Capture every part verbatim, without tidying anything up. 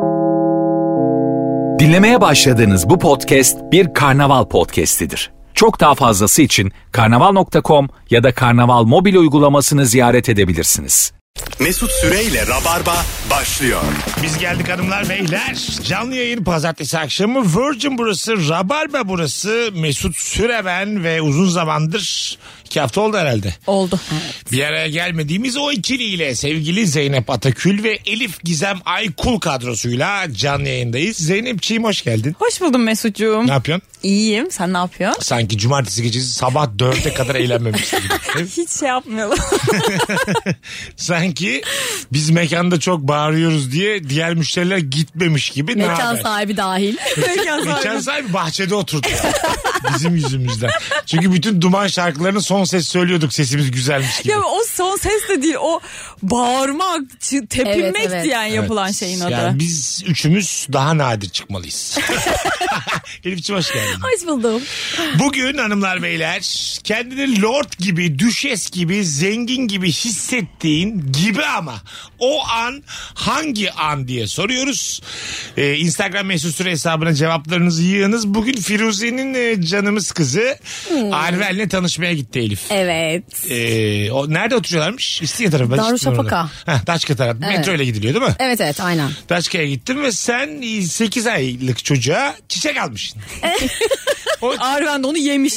Dinlemeye başladığınız bu podcast bir karnaval podcastidir. Çok daha fazlası için karnaval nokta com ya da karnaval mobil uygulamasını ziyaret edebilirsiniz. Mesut Süreyle Rabarba başlıyor. Biz geldik hanımlar beyler. Canlı yayın pazartesi akşamı. Virgin burası, Rabarba burası. Mesut Süre ben ve uzun zamandır, iki hafta oldu herhalde. Oldu. Bir araya gelmediğimiz o ikiliyle sevgili Zeynep Atakül ve Elif Gizem Aykul kadrosuyla canlı yayındayız. Zeynepciğim hoş geldin. Hoş buldum Mesut'cuğum. Ne yapıyorsun? İyiyim. Sen ne yapıyorsun? Sanki cumartesi gecesi sabah dörde kadar eğlenmemişsin gibi. Hiç şey yapmayalım. Sanki biz mekanda çok bağırıyoruz diye diğer müşteriler gitmemiş gibi. Mekan sahibi dahil. Mekan sahibi bahçede oturdu. Bizim yüzümüzden. Çünkü bütün Duman şarkılarını son ses söylüyorduk, sesimiz güzelmiş gibi. Ya o son ses de değil, o bağırmak, çı- tepinmekti Evet, evet. yani yapılan Evet. şeyin adı. Yani biz üçümüz daha nadir çıkmalıyız. Elif'ciğim hoş geldin. Hoş buldum. Bugün hanımlar beyler, kendini lord gibi, düşes gibi, zengin gibi hissettiğin gibi ama o an hangi an diye soruyoruz. Ee, Instagram mesut süre hesabına cevaplarınızı yığınız. Bugün Firuze'nin e, canımız kızı hmm. Arvel'le tanışmaya gitti Elif. Evet. Ee, o nerede oturuyorlarmış? İstinye tarafı. Ben Darüşşafaka. Heh, Daçka tarafı. Evet. Metro ile gidiliyor değil mi? Evet evet aynen. Daçka'ya gittim ve sen sekiz aylık çocuğa çiçek almışsın. O... Arven de onu yemiş.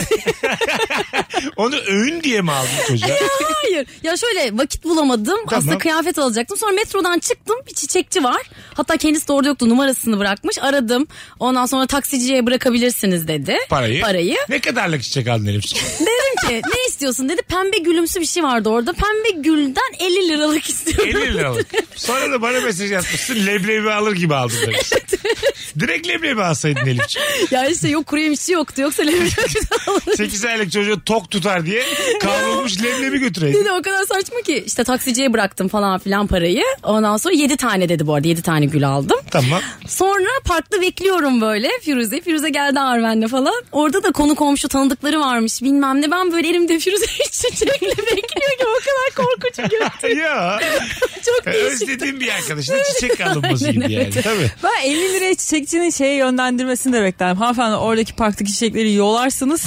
Onu öğün diye mi aldın çocuğa? Ya hayır. Ya şöyle vakit bulamadım. Tamam. Aslında kıyafet alacaktım. Sonra metrodan çıktım. Bir çiçekçi var. Hatta kendisi de orada yoktu. Numarasını bırakmış. Aradım. Ondan sonra taksiciye bırakabilirsiniz dedi. Parayı? Parayı. Ne kadarlık çiçek aldın Elif'ciğim? Dedim ki ne istiyorsun dedi. Pembe gülümsü bir şey vardı orada. Pembe gülden elli liralık istiyorum. elli liralık. Sonra da bana mesaj yazmışsın. Leblebi alır gibi aldın demiş. Direkt leblebi alsaydın Elif'ciğim. Ya işte yok kuru yemişçi yoktu. Yoksa leblebi alırdım. sekiz aylık çocuğu tok tutar diye kavrulmuş leblebi götüreydin. Dedi o kadar saçma ki. İşte taksiciye bıraktım falan filan parayı. Ondan sonra yedi tane dedi bu arada. yedi tane gül aldım. Tamam. Sonra parkta bekliyorum böyle Firuze. Firuze geldi Arven'le falan. Orada da konu komşu tanıdıkları varmış bilmem ne. Ben böyle elimde Firuze çiçekle bekliyor ki o kadar korkunç bir görüntü. Ya. Çok değişikti. Özlediğim bir arkadaşına çiçek alınması gibi yani. Tabii. Ben elli liraya çiçekçinin şeye yönlendirmesini de beklerim. Hanımefendi oradaki parktaki çiçekleri yolarsınız.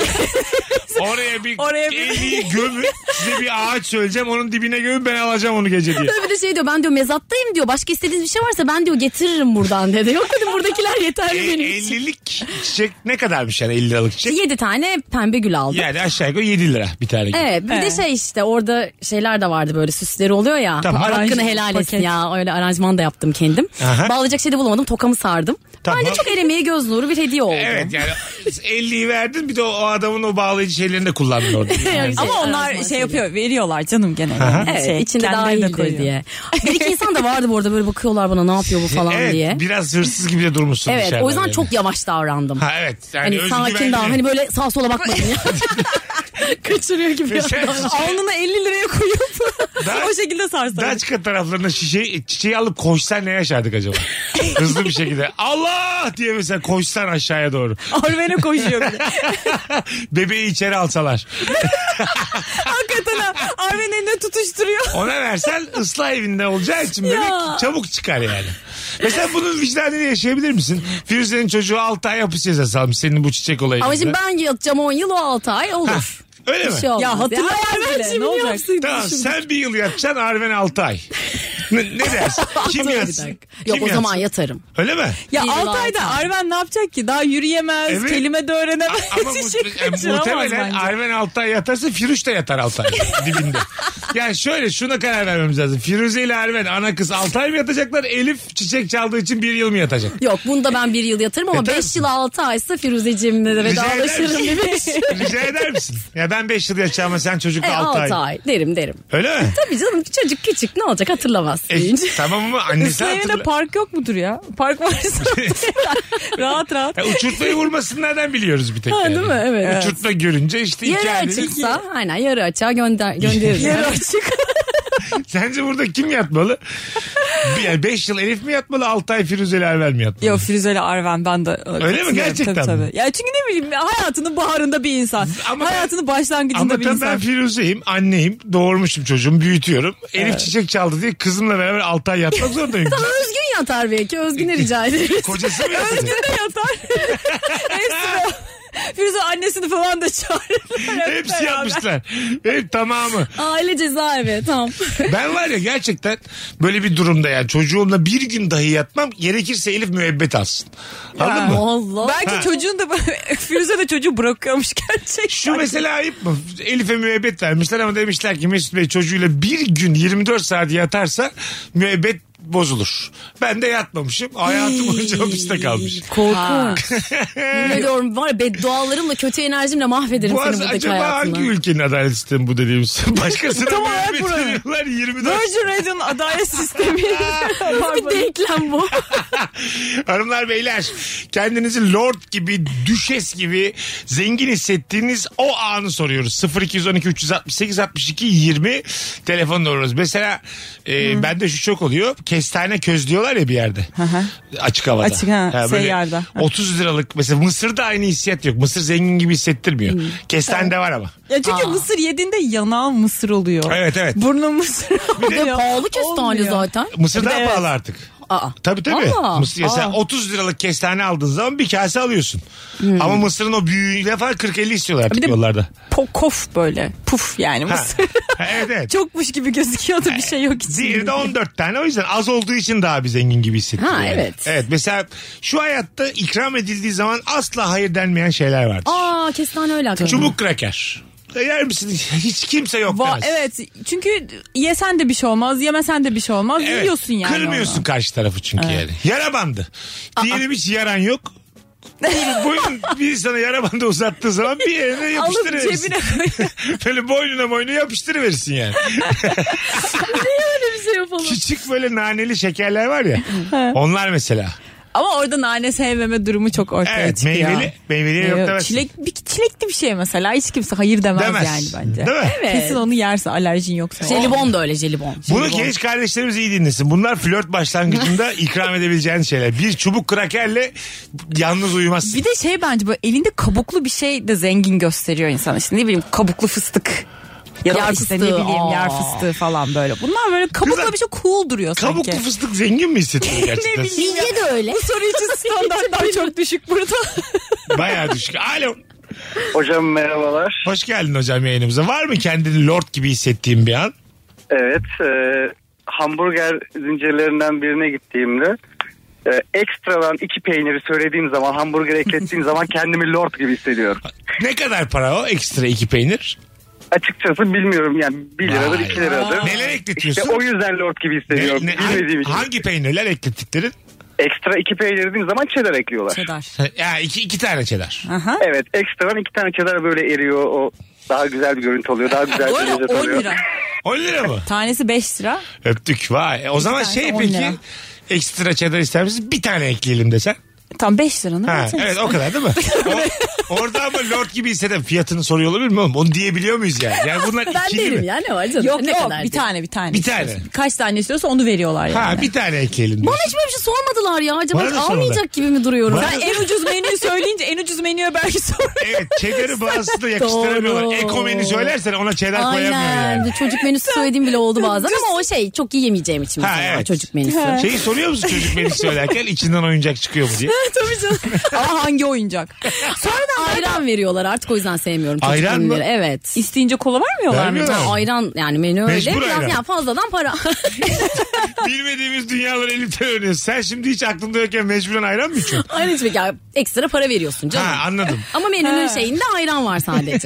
Oraya bir, Oraya bir... elliyi gömün. Size bir ağaç söyleyeceğim. Onun dibine gömün, ben alacağım onu gece diye. Böyle bir de şey diyor, ben diyor mezattayım diyor. Başka istediğiniz bir şey varsa ben diyor getiririm buradan dedi. Yok dedim buradakiler yeterli E, benim için. ellilik çiçek ne kadarmış yani elli liralık çiçek? yedi tane pembe gül aldım. Yani aşağı yukarı yedi lira bir tane. Evet bir Evet. de şey işte orada şeyler de vardı, böyle süsleri oluyor ya. Tamam. Hakkını helal etsin Paket. ya, öyle aranjman da yaptım kendim. Aha. Bağlayacak şey de bulamadım, tokamı sardım. Tamam. Bence çok el emeği göz nuru bir hediye oldu. Evet yani elliyi verdin, bir de o, o adamın o bağlayıcı şeylerini de kullandın orada. Yani. Ama Şey, onlar aranjman şey yapıyor, veriyorlar canım gene. Evet Şey, içinde kendileri de dahildir koyuyor. diye. Bir iki insan da vardı bu arada, böyle bakıyorlar bana ne yapıyor bu falan Evet, diye. biraz hırsız gibi de durmuşsun Evet dışarıdan. o yüzden yani. çok yavaş davrandım. Ha evet. Yani Hani özgüvenli. sakin daha, hani böyle sağa sola bakmadım ya. Kaçırıyor gibi. Mesela çiçeği- Alnına elli liraya koyup Daha- o şekilde sarsın. Daçka taraflarında şişeyi, çiçeği alıp koşsan ne yaşardık acaba? Hızlı bir şekilde. Allah diye mesela koşsan aşağıya doğru. Arven'e koşuyor bir de. Bebeği içeri alsalar. Hakikaten ha. Arven eline tutuşturuyor. Ona versen ıslah evinde olacağı için bebek Ya. çabuk çıkar yani. Mesela bunun vicdanını yaşayabilir misin? Firuze'nin çocuğu altı ay hapis cezası almış senin bu çiçek olayında. Ama şimdi ben yatacağım on yıl, o altı ay olur. Öyle mi? Bir şey olmaz. Ya hatırlamaz Ya, bile, şimdi ne olacak? yapsaydım Tamam şimdi. sen bir yıl yatacaksın, Arven altı ay. Ne, ne dersin? Kim Bir yatsın? dakika. Kim Yok o zaman yatsın? yatarım. Öyle mi? Ya Bir yıl altı ayda altı ay. Arven ne yapacak ki? Daha yürüyemez, Evet. kelime de öğrenemez. Ama Hiçbir bu, şey e, kaçıramaz muhtemelen bence. Arven altı ay yatarsa Firuş da yatar altı ay dibinde. Yani şöyle şuna karar vermemiz lazım. Firuze ile Arven ana kız altı ay mı yatacaklar? Elif çiçek çaldığı için bir yıl mı yatacak? Yok bunda ben bir yıl yatırım ama Yatar beş mısın? yıl altı aysa Firuzeciğimle de Rica eder vedalaşırım misin? demiş. Rica eder misin? Ya ben beş yıl yatacağım ama sen çocukla E, altı ay. altı ay derim derim. Öyle mi? Tabii canım, çocuk küçük ne olacak, hatırlamaz E, deyince. tamam mı? Annesi Islah evinde hatırla. park yok mudur ya? Park varsa rahat rahat. Ya, uçurtmayı vurmasını nereden biliyoruz bir tek Ha, yani. değil mi? Evet. Uçurtma görünce işte Yarı hikayenin açıksa aynen yarı açığa gönder göndeririz. Yarı açık. Sence burada kim yatmalı? Bir- Yani beş yıl Elif mi yatmalı, altı ay Firuze ile Arvel mi yatmalı? Yok Firuze ile Arven ben de Öyle mi? Gerçekten tabii, mi? tabii. Ya çünkü ne bileyim hayatının baharında bir insan. Ama ben- hayatının başlangıcında Ama bir tabii insan. ben Firuze'yim, anneyim, doğurmuşum çocuğumu, büyütüyorum. Elif çiçek çaldı diye kızımla beraber altı ay yatmak zorundayım. Daha özgün yatar belki. Özgün'e rica ederiz. Kocası mı yatacak? Özgün de yatar. Hepsi Firuze annesini falan da çağırırlar. Hep Hepsi beraber. yapmışlar. Hep tamamı. Aile cezaevi tamam. Ben var ya gerçekten böyle bir durumda yani çocuğumla bir gün dahi yatmam. Gerekirse Elif müebbet alsın. Anladın mı? Allah. Belki Ha. çocuğun da Firuze de çocuğu bırakıyormuş gerçekten. Şu mesela ayıp mı? Elif'e müebbet vermişler ama demişler ki Mesut Bey çocuğuyla bir gün yirmi dört saat yatarsa müebbet bozulur. Ben de yatmamışım. Hayatım boyunca hapiste kalmış. Korkunç. Yemin ediyorum var ya beddualarımla kötü enerjimle mahvederim Bu seni az- buradaki acaba hayatını. hangi ülkenin adalet sistemi bu dediğimiz? Başkasına Tam olarak müebbet burası. veriyorlar yirmi dört. Virgin Radio'nun adalet sistemi. Nasıl bir denklem bu? Hanımlar beyler kendinizi lord gibi düşes gibi zengin hissettiğiniz o anı soruyoruz. sıfır iki on iki üç altı sekiz altmış iki yirmi telefon numaramız. Mesela e, bende şu çok oluyor. Kestane közlüyorlar ya bir yerde. Açık havada. Açık, ha, böyle seyyarda. otuz liralık mesela Mısır'da aynı hissiyat yok. Mısır zengin gibi hissettirmiyor. Kestane de var ama. Ya çünkü Aa. mısır yediğinde yanağın mısır oluyor. Evet evet. Burnun mısır oluyor. Ve pahalı kestane Olmuyor. zaten. Mısır daha Evet. pahalı artık. Aa. Tabii tabii. Aa, Mısır, mesela aa. otuz liralık kestane aldığın zaman bir kase alıyorsun. Ama Mısır'ın o büyüğüyle falan kırk elli istiyorlar artık Bir de yollarda. Pokof böyle. Puf yani Ha. mısır. Ha, evet evet. Çokmuş gibi gözüküyordu bir şey yok içinde. Diğeri de on dört tane o yüzden az olduğu için daha bir zengin gibi hissettiriyor. Ha, yani. evet. Evet mesela şu hayatta ikram edildiği zaman asla hayır denmeyen şeyler vardır. Aa kestane öyle hakikaten. Çubuk kraker. Yer misin? Hiç kimse yok Va- demez. evet çünkü yesen de bir şey olmaz yemesen de bir şey olmaz Evet, yiyorsun yani kırmıyorsun onu. karşı tarafı çünkü yani. Yara bandı. Diyelim hiç yaran yok. Boyun, boyun bir sana yara bandı uzattığı zaman bir yerine Alıp yapıştırıverirsin. cebine koy. Böyle boynuna boynuna yapıştırıverirsin yani. Öyle bir şey yapalım. Küçük böyle naneli şekerler var ya. Onlar mesela. Ama orada nane sevmeme durumu çok ortaya Evet çıkıyor. meyveli. Meyveli yok Yok, demezsin. çilek, bir, çilekli bir şey mesela hiç kimse hayır demez Demez. yani bence. Değil mi? Evet. Kesin onu yerse alerjin yoksa. Jelibon da öyle jelibon. Bunu genç kardeşlerimiz iyi dinlesin. Bunlar flört başlangıcında ikram edebileceğin şeyler. Bir çubuk krakerle yalnız uyumazsın. Bir de şey bence böyle elinde kabuklu bir şey de zengin gösteriyor insan. İşte ne bileyim kabuklu fıstık. Ya da Yer işte fıstığı, ne bileyim aa. yer fıstığı falan böyle. Bunlar böyle kabuklu Kızlar, bir şey cool duruyor sanki. Kabuklu fıstık zengin mi hissettiriyor gerçekten? Ne bileyim. Bilye de öyle. Bu soru için standartlar çok düşük burada. Bayağı düşük. Alo. Hocam merhabalar. Hoş geldin hocam yayınımıza. Var mı kendini lord gibi hissettiğin bir an? Evet, e, hamburger zincirlerinden birine gittiğimde e, ekstradan iki peyniri söylediğim zaman, hamburger eklettiğim zaman kendimi lord gibi hissediyorum. Ne kadar para o ekstra iki peynir? Açıkçası bilmiyorum yani bir liradır Vay. iki liradır. Neler ekletiyorsun? İşte o yüzden lord gibi hissediyorum. Ne- ne- Bilmediğim için. hangi peynirler eklettiklerin? Ekstra iki peynir dediğim zaman cheddar ekliyorlar. Çedar. Ya iki, iki tane çedar. Aha. Evet, ekstradan iki tane cheddar böyle eriyor. O daha güzel bir görüntü oluyor. Daha güzel bir Doğru lezzet on oluyor. lira. on lira mı? Tanesi beş lira. Öptük vay. O zaman tanesi şey on peki lira. ekstra çedar ister misiniz? Bir tane ekleyelim desen. Tam beş liranın. Ha, vereceksin evet işte. o kadar değil mi? O, orada ama lord gibi hisseden fiyatını soruyor olabilir mi oğlum? Onu diyebiliyor muyuz yani? Yani bunlar Ben ikili derim mi? ya ne var canım. Yok ne yok kadar bir diye. tane bir tane. Bir tane. istiyorsun. Kaç tane istiyorsa onu veriyorlar yani. Ha bir tane ekleyelim. Bana diyorsun. hiç böyle bir şey sormadılar ya. Acaba Bana hiç da sormadılar. almayacak gibi mi duruyorum? Bana- Ben en ucuz menüyü söyleyince en ucuz menüye belki soruyor. Evet çedarı bazısı da yakıştıramıyorlar. Doğru. Eko menü söylersen ona çedar koyamıyor Aynen. yani. Çocuk menüsü söylediğim bile oldu bazen ama o şey çok yiyemeyeceğim için Ha, mesela evet. çocuk menüsü. Şeyi soruyor musun çocuk menüsü söylerken içinden oyuncak çıkıyor mu diye? Tabii canım. Ama hangi oyuncak? Sonradan ayran veriyorlar artık o yüzden sevmiyorum çocuk Ayran mı? menüleri. Evet. İsteyince kola vermiyorlar mı? Vermiyorlar. Ha, ayran yani menü öyle. Mecbur Biraz ayran. yani fazladan para. Bilmediğimiz dünyalar elite öğreniyoruz. Sen şimdi hiç aklında yokken mecburen ayran mı içiyorsun? Ayran içmek ya ekstra para veriyorsun canım. Ha anladım. Ama menünün şeyinde ayran var sadece.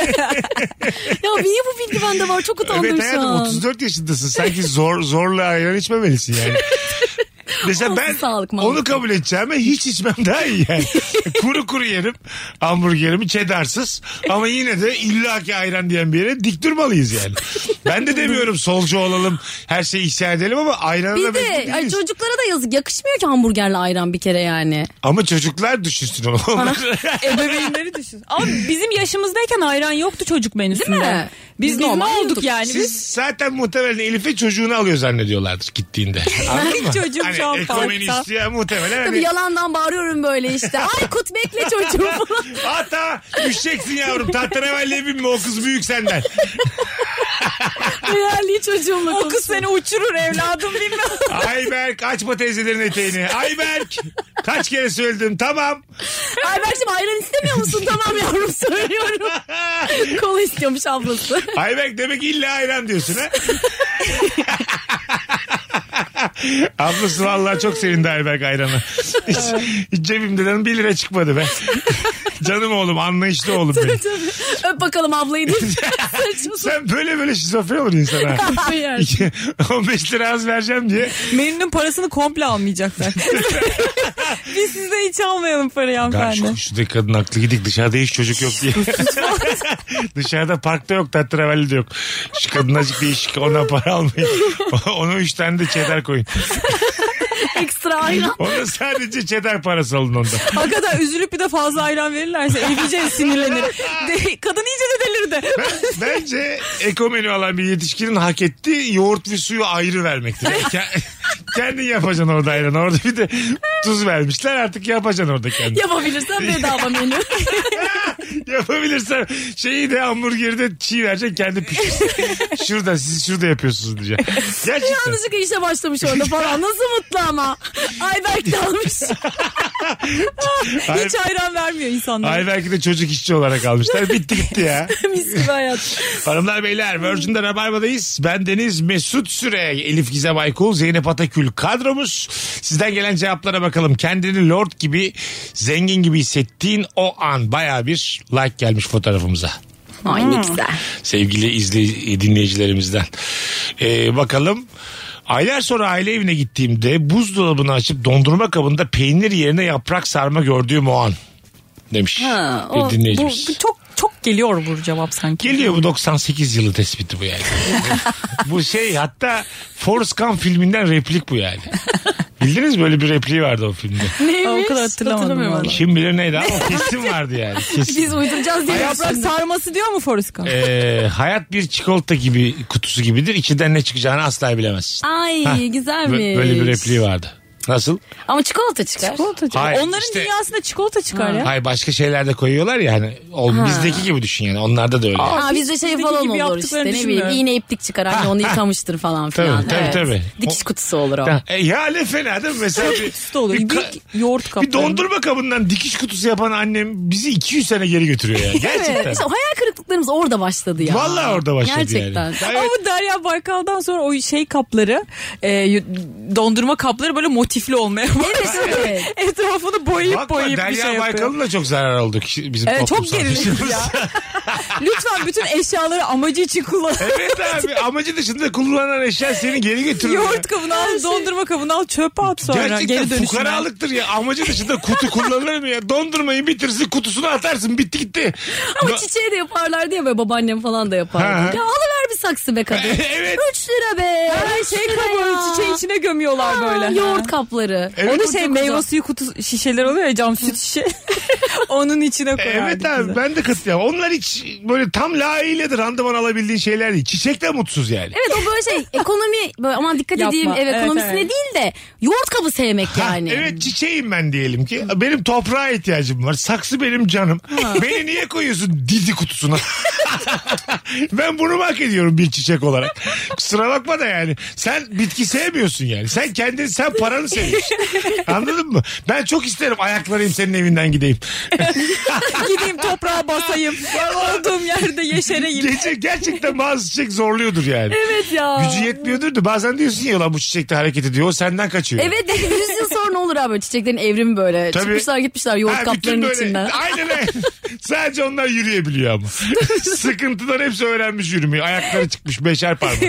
Ya niye bu bilgi bende var? Çok utandım Evet şu hayatım an. otuz dört yaşındasın. Sanki zor zorla ayran içmemelisin yani. Mesela Olsun, ben sağlık, onu mantıklı. kabul edeceğime hiç içmem daha iyi yani. Kuru kuru yerim hamburgerimi cheddarsız ama yine de illaki ayran diyen bir yere dik durmalıyız yani. Ben de demiyorum solcu olalım her şeyi ihsan edelim ama ayrana da Bir mecbur de ay, değiliz. çocuklara da yazık. Yakışmıyor ki hamburgerle ayran bir kere yani. Ama çocuklar düşünsün onu. Ebeveynleri düşün. Ama bizim yaşımızdayken ayran yoktu çocuk menüsünde. Değil mi? Biz, Biz biz normal ne olduk yiyorduk. yani? Siz Biz zaten muhtemelen Elif'e çocuğunu alıyor zannediyorlardır gittiğinde. Anladın mı? Çocuğum hani şu an ekonomini parkta. istiyor muhtemelen. Tabii Hani, yalandan bağırıyorum böyle işte. Aykut bekle çocuğum falan. Hatta düşeceksin yavrum. Tahterevalliye binme o kız büyük senden. Hayali çocuğumla O kız seni uçurur evladım bilmem. Ayberk açma teyzelerin eteğini. Ayberk kaç kere söyledim tamam. Ayberk'cim ayran istemiyor musun? Tamam yavrum söylüyorum. Kola istiyormuş ablası. Ayberk demek illa ayran diyorsun ha. Ablası vallahi çok sevindi Ayberk ayranı. Hiç, hiç cebimden bir lira çıkmadı be. Canım oğlum, anlayışlı oğlum benim. Öp bakalım ablayı diye. Sen böyle böyle şizofren olur insan ha. on beş lira az vereceğim diye. Menünün parasını komple almayacaklar. Biz sizde hiç almayalım parayı hanımefendi. Şu, şuradaki kadın haklı, gidik dışarıda hiç çocuk yok diye. Dışarıda parkta yok, tatravalli de yok. Şu kadın azıcık değişik, ona para almayın. Ona üç tane de çedar koyun. Ekstra ayran. Ona sadece çedar parası alın ondan. Hakikaten üzülüp bir de fazla ayran verirlerse ev iyice sinirlenir. De, kadın iyice de delirdi. Ben, bence eko menü alan bir yetişkinin hak ettiği yoğurt ve suyu ayrı vermektir. Yani kendin yapacaksın orada ayran. Orada bir de tuz vermişler, artık yapacaksın orada kendin. Yapabilirsen bedava menü. Yapabilirsen şeyi de hamburgeri de çiğ vereceksin, kendi pişirsin. Şurada siz şurada yapıyorsunuz diyecek. Gerçekten. Yanlışlıkla işe başlamış orada falan. Nasıl mutlu ama. Ayberk de almış. Hiç ayran vermiyor insanlar. Ayberk'i de çocuk işçi olarak almışlar. Bitti gitti ya. Mis gibi hayat. Hanımlar beyler, Virgin'de Rabarba'dayız. Ben Deniz Mesut Süre, Elif Gizem Aykul, Zeynep Atakül kadromuz. Sizden gelen cevaplara bakalım. Kendini lord gibi, zengin gibi hissettiğin o an. Baya bir like gelmiş fotoğrafımıza. Ay ne güzel. Sevgili izley- dinleyicilerimizden. Ee, bakalım. Aylar sonra aile evine gittiğimde buzdolabını açıp dondurma kabında peynir yerine yaprak sarma gördüğüm o an. Demiş Ha, bir o- dinleyicimiz. Bu, bu çok çok geliyor bu cevap sanki. Geliyor, bu doksan sekiz yılı tespiti bu yani. Bu şey, hatta Forrest Gump filminden replik bu yani. Bildiniz, böyle bir repliği vardı o filmde. Neymiş? O kadar hatırlamadım valla. Kim bilir neydi ama kesin vardı yani. Kesin. Biz uyduracağız diye. Yaprak düşündüm. sarması diyor mu Forrest Gump? Ee, hayat bir çikolata gibi, kutusu gibidir. İçinden ne çıkacağını asla bilemezsin. Ay Hah, güzelmiş. bö- Böyle bir repliği vardı. Nasıl? Ama çikolata çıkar. Çikolatacı. Hayır, Onların işte- dünyasında çikolata çıkar ya. Hayır, başka şeyler de koyuyorlar ya hani. Ol, bizdeki gibi düşün yani. Onlarda da öyle. Ha Hiç bizde şey bizdeki falan gibi olur işte, yaptıklarını ne bileyim düşünmüyorum. iğne iplik çıkar anne onu yıkamıştır falan filan. Tabii, tabii, tabii. Dikiş kutusu olur o. Ha, e, ya ne fena değil mi? Mesela bir, Üstü olur. bir, Bir, ka- yoğurt kapları. bir dondurma kabından dikiş kutusu yapan annem bizi iki yüz sene geri götürüyor yani. Gerçekten. Evet işte o hayal kırıklıklarımız orada başladı ya. Vallahi orada başladı Gerçekten. yani. Ama bu Derya Baykal'dan sonra o şey kapları, e, dondurma kapları böyle motifli olmaya başladı. Evet evet. Etrafını boyayıp Bakma, boyayıp bir Derya şey yapıyor. Baykal'ın da çok zarar oldu kişi- bizim Evet, çok toplumsal gerilimli yaşamımız. ya. Lütfen bütün eşyaları amacı için kullan. Evet abi, amacı dışında kullanılan eşya seni geri götürüyor. Yoğurt kabını al, dondurma kabını al, çöpe at sonra. Gerçekten Geri dönüşüne. fukaralıktır ya. Amacı dışında kutu kullanılır mı ya? Dondurmayı bitirsin, kutusunu atarsın, bitti gitti. Ama No- çiçeği de yaparlar diye böyle babaannem falan da yapardı. Ha. Ya alıver bir saksı be kadın. Evet. Üç lira be. Her Üç şey lira kabuğu ya. çiçeğin içine gömüyorlar Ha, böyle. Yoğurt Ha. kapları. Evet, Onu bu şey çok meyve güzel. suyu kutu şişeler oluyor ya, cam süt şişe. Onun içine koyardık. Evet abi, bize. ben de katılıyorum. Onlar hiç böyle tam layığıyla randıman alabildiğin şeyler değil. Çiçek de mutsuz yani. Evet o böyle şey ekonomi böyle aman dikkat Yapma. edeyim ev Evet, ekonomisine evet. değil de yoğurt kabı sevmek yani. Evet, çiçeğim ben diyelim ki. Benim toprağa ihtiyacım var. Saksı benim canım. Beni niye koyuyorsun dizi kutusuna? Ben bunu mu hak ediyorum bir çiçek olarak? Kusura bakma da yani. Sen bitki sevmiyorsun yani. Sen kendini, sen paranı seviyorsun. Anladın mı? Ben çok isterim ayaklarıyım senin evinden gideyim. Gideyim toprağa basayım. Olduğum yerde yeşereyim. Gece gerçekten bazı çiçek zorluyordur yani. Evet ya. Gücü yetmiyordur da bazen diyorsun ya lan bu çiçek de hareket ediyor. O senden kaçıyor. Evet dedim yüz yıl sonra olur abi çiçeklerin evrimi böyle. Tabii. Çıkmışlar gitmişler yoğurt Ha, bütün kaplarının böyle- içinden. Aynen öyle. Sadece onlar yürüyebiliyor ama. Sıkıntıdan hepsi öğrenmiş yürümeyi. Ayakları çıkmış beşer parmak.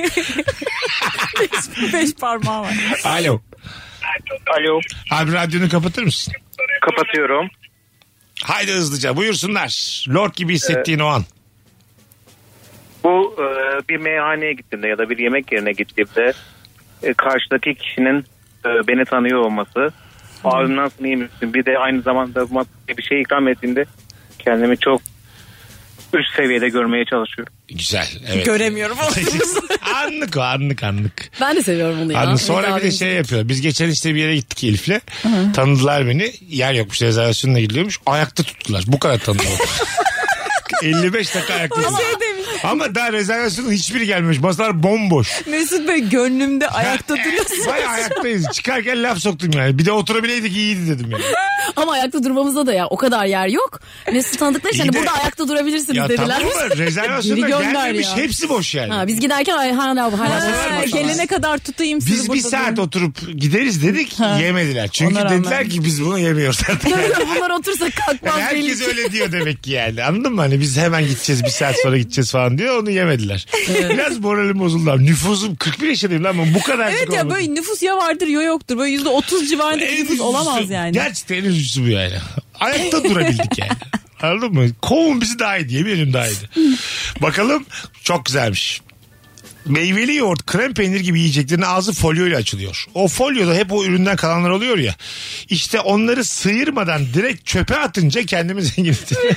Beş parmağı var. Alo. Alo, Abi radyonu kapatır mısın? kapatıyorum. Haydi hızlıca buyursunlar. Lord gibi hissettiğin o an. Bu e, bir meyhaneye gittiğimde ya da bir yemek yerine gittiğimde e, karşıdaki kişinin e, beni tanıyor olması, abim nasıl iyi misin, bir de aynı zamanda maddi bir şey ikram ettiğinde kendimi çok üst seviyede görmeye çalışıyorum. Güzel. Evet. Göremiyorum. anlık o anlık anlık. Ben de seviyorum onu ya. Anlık. Sonra Evet, bir de abim. şey yapıyor. Biz geçen işte bir yere gittik Elif'le. Tanıdılar beni. Yer yokmuş, rezervasyonla gidiliyormuş. Ayakta tuttular. Bu kadar tanıdılar. elli beş dakika ayakta tuttular. şey demiş. Ama daha rezervasyonun hiçbiri gelmemiş. Masalar bomboş. Mesut Bey gönlümde ayakta duruyorsun. Vay ayaktayız. Çıkarken laf soktum yani. Bir de oturabileydik iyiydi dedim yani. Ama ayakta durmamızda da ya o kadar yer yok. Mesut tanıdıkları için İyi hani de- burada ayakta durabilirsiniz Ya dediler. tamam ama rezervasyonda Geri gönder gelmemiş. ya. Hepsi boş yani. Ha, biz giderken ay hala hala Masalar Ha, boş. gelene kadar tutayım sizi Biz burada. bir saat durun. oturup gideriz dedik yemediler. Çünkü Ona rağmen. dediler ki biz bunu yemiyoruz artık. Bunlar otursa kalkmaz Yani belli herkes ki. öyle diyor demek ki yani. Anladın mı? Hani biz hemen gideceğiz bir saat sonra gideceğiz falan diyor. Onu yemediler. Biraz moralim bozuldu. abi. Nüfusum kırk bir yaşındayım lan ben bu kadar. Evet ya böyle nüfus ya vardır ya yoktur. Böyle yüzde otuz civarında bir nüfus olamaz yani. Gerçekten en üzücüsü bu yani. Ayakta durabildik yani. Anladın mı? Kovun bizi daha iyi diye benim daha iyiydi. Bakalım çok güzelmiş. Meyveli yoğurt, krem peynir gibi yiyeceklerin ağzı folyoyla açılıyor. O folyoda hep o üründen kalanlar oluyor ya. İşte onları sıyırmadan direkt çöpe atınca kendimi zengin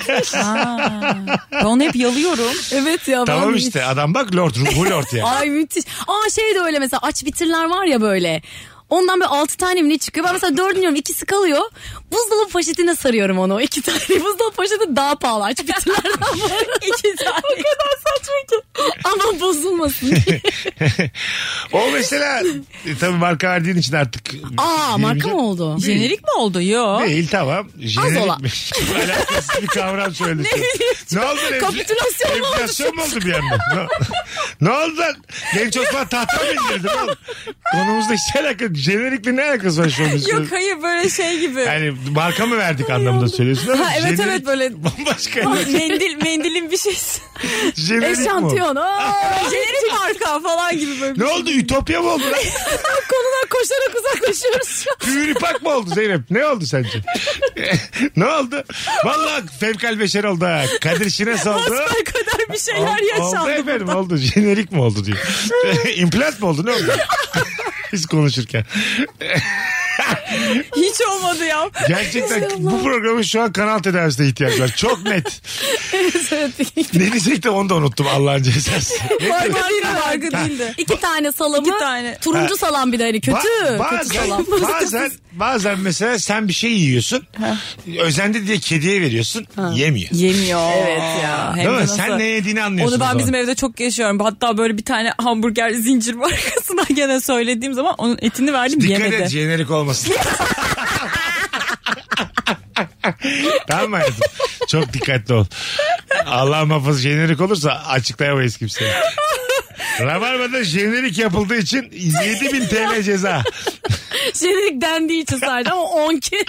Ben onu hep yalıyorum. Evet ya. Tamam ben- işte adam bak lord, ruhu lord yani. Ay müthiş. Aa şey de öyle mesela aç bitirler var ya böyle. Ondan böyle altı tane mi ne çıkıyor? Ben mesela dördünü yiyorum, ikisi kalıyor. Buzdolabı poşetine sarıyorum onu. İki tane buzdolabı poşeti daha pahalı aç bitirlerden var. İki tane. O kadar saçma ki. Ama bozulmasın. O mesela e, tabii marka verdiğin için artık. Aa marka mı oldu? Jenerik mi oldu? Yo. Değil tamam. Jenerik olan. mi? Alakasız bir kavram söyledin. Ne, ne oldu? Enfla- Kapitülasyon mu oldu? Enflasyon mu oldu bir anda? Ne, ne oldu lan? Genç Osman tahta mı indirdi? Ne oldu? Konumuzda hiç alakası. Jenerikle ne alakası var şu an? Yok hayır böyle şey gibi. Yani marka mı verdik anlamında söylüyorsun ama. Ha, evet, jenerik evet, böyle- Bambaşka. Mendil, mendilin bir şeysi. Jenerik mi o? Eşantiyon. Aa, Jenerik marka falan gibi böyle. Ne oldu? Ütopya mı oldu lan? konudan koşarak uzaklaşıyoruz. Püripak mı oldu Zeynep? Ne oldu sence? Ne oldu? Vallahi fevkal beşer oldu ha. Kadir Şines oldu. Hasbel kadar bir şeyler Oldu yaşandı efendim burada. oldu. Jenerik mi oldu diyor. İmplant mı oldu ne oldu? Biz konuşurken. Hiç olmadı ya. Gerçekten bu programın şu an kanal tedavisine ihtiyaç var. Çok net. Ne diyecektim onu da unuttum Allah'ın cezası. Marka değil marka değildi. İki tane salamı. İki tane. Turuncu salam bir de hani kötü. Ba- kötü bazen, salam. bazen, bazen mesela sen bir şey yiyorsun. Özendi diye kediye veriyorsun. Yemiyor. Yemiyor. Evet ya. Hem Değil de mi? nasıl? Sen ne yediğini anlıyorsun. Onu ben o bizim zaman. evde çok yaşıyorum. Hatta böyle bir tane hamburger zincir markasına gene söylediğim zaman onun etini verdim Dikkat yemedi. et jenerik olmasın. Tamam mı hayatım? Çok dikkatli ol. Allah muhafaza jenerik olursa açıklayamayız kimseye. Rabarba'da jenerik yapıldığı için yedi bin T L ceza. Jenerik dendiği için sadece ama on kere.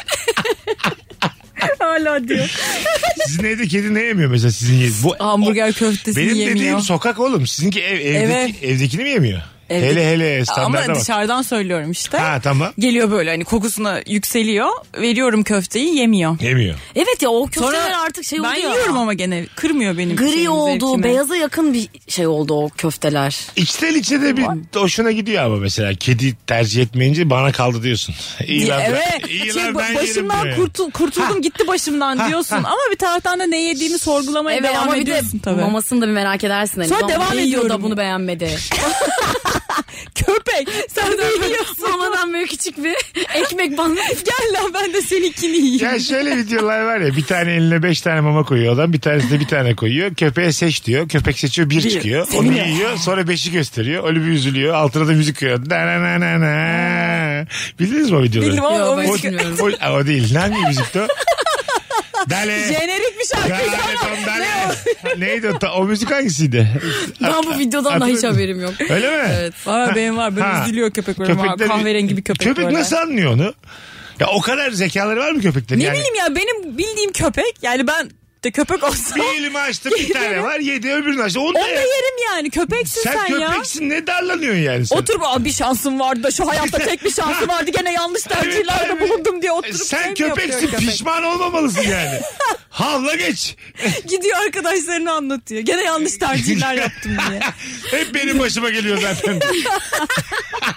Hala diyor. Sizin evde kedi ne yemiyor mesela sizin yedi? Bu, Hamburger köftesini benim yemiyor. dediğim sokak oğlum. Sizinki ev, evdeki, Evet. evdekini mi yemiyor? Evde- Hele hele standarda Ama bak. dışarıdan söylüyorum işte. Ha tamam. Geliyor böyle hani kokusuna yükseliyor. Veriyorum köfteyi yemiyor. Yemiyor. Evet ya o köfteler Sonra artık şey ben oluyor. yiyorum ama gene kırmıyor benim Gri şeyimi, oldu, zevkimi. beyaza yakın bir şey oldu o köfteler. İçten içe de bir hoşuna gidiyor ama mesela kedi tercih etmeyince bana kaldı diyorsun. İyi lan, Evet. iyi Şey, lan, ben yerim başımdan diyor. kurtul, kurtuldum gitti başımdan Ha, diyorsun. ha. Ama bir taraftan da ne yediğini sorgulamaya Evet devam ama bir de ediyorsun tabii. mamasını da bir merak edersin. Hani. Sonra Ulan devam ne yiyor ediyorum. da bunu beğenmedi. Köpek sen de yiyorsun. Mamadan böyle küçük bir ekmek bandı. Gel lan ben de seninkini yiyeyim. Ya şöyle videolar var ya bir tane eline beş tane mama koyuyor adam bir tanesi de bir tane koyuyor. Köpeğe seç diyor. Köpek seçiyor bir, çıkıyor. Onu yiyor sonra beşi gösteriyor. Öyle bir üzülüyor. Altına da müzik koyuyor. Da na na na na. Bildiniz mi o videoları? Bildim ama Yok, o ben müzik. bilmiyorum. O, o değil. Hangi müzikti o? Dale. Jenerik bir şarkı. Dale, don, dale. Neydi o? Ta- O müzik hangisiydi? Ben bu videodan da hiç Hatırladın mı? haberim yok. Öyle mi? Evet. Var benim var böyle Ha. üzülüyor köpek böyle Köpekler- kahverengi bir köpek, Köpek böyle. nasıl anlıyor onu? Ya o kadar zekaları var mı köpeklerin? Ne yani? bileyim ya benim bildiğim köpek yani ben de köpek olsam Bir elimi açtım bir tane var yedi öbürünü açtım. Onu da onu da ya. yerim yani köpeksin sen, Sen ya. köpeksin ne darlanıyorsun yani sen? Oturup "Aa, bir şansım vardı da şu hayatta tek bir şansım vardı gene yanlış tercihlerde Evet, evet. bulundum diye oturup şey Sen mi köpeksin yapıyor köpek? pişman olmamalısın yani. Havla geç. Gidiyor arkadaşlarını anlatıyor. Gene yanlış tercihler yaptım diye. Hep benim başıma geliyor zaten.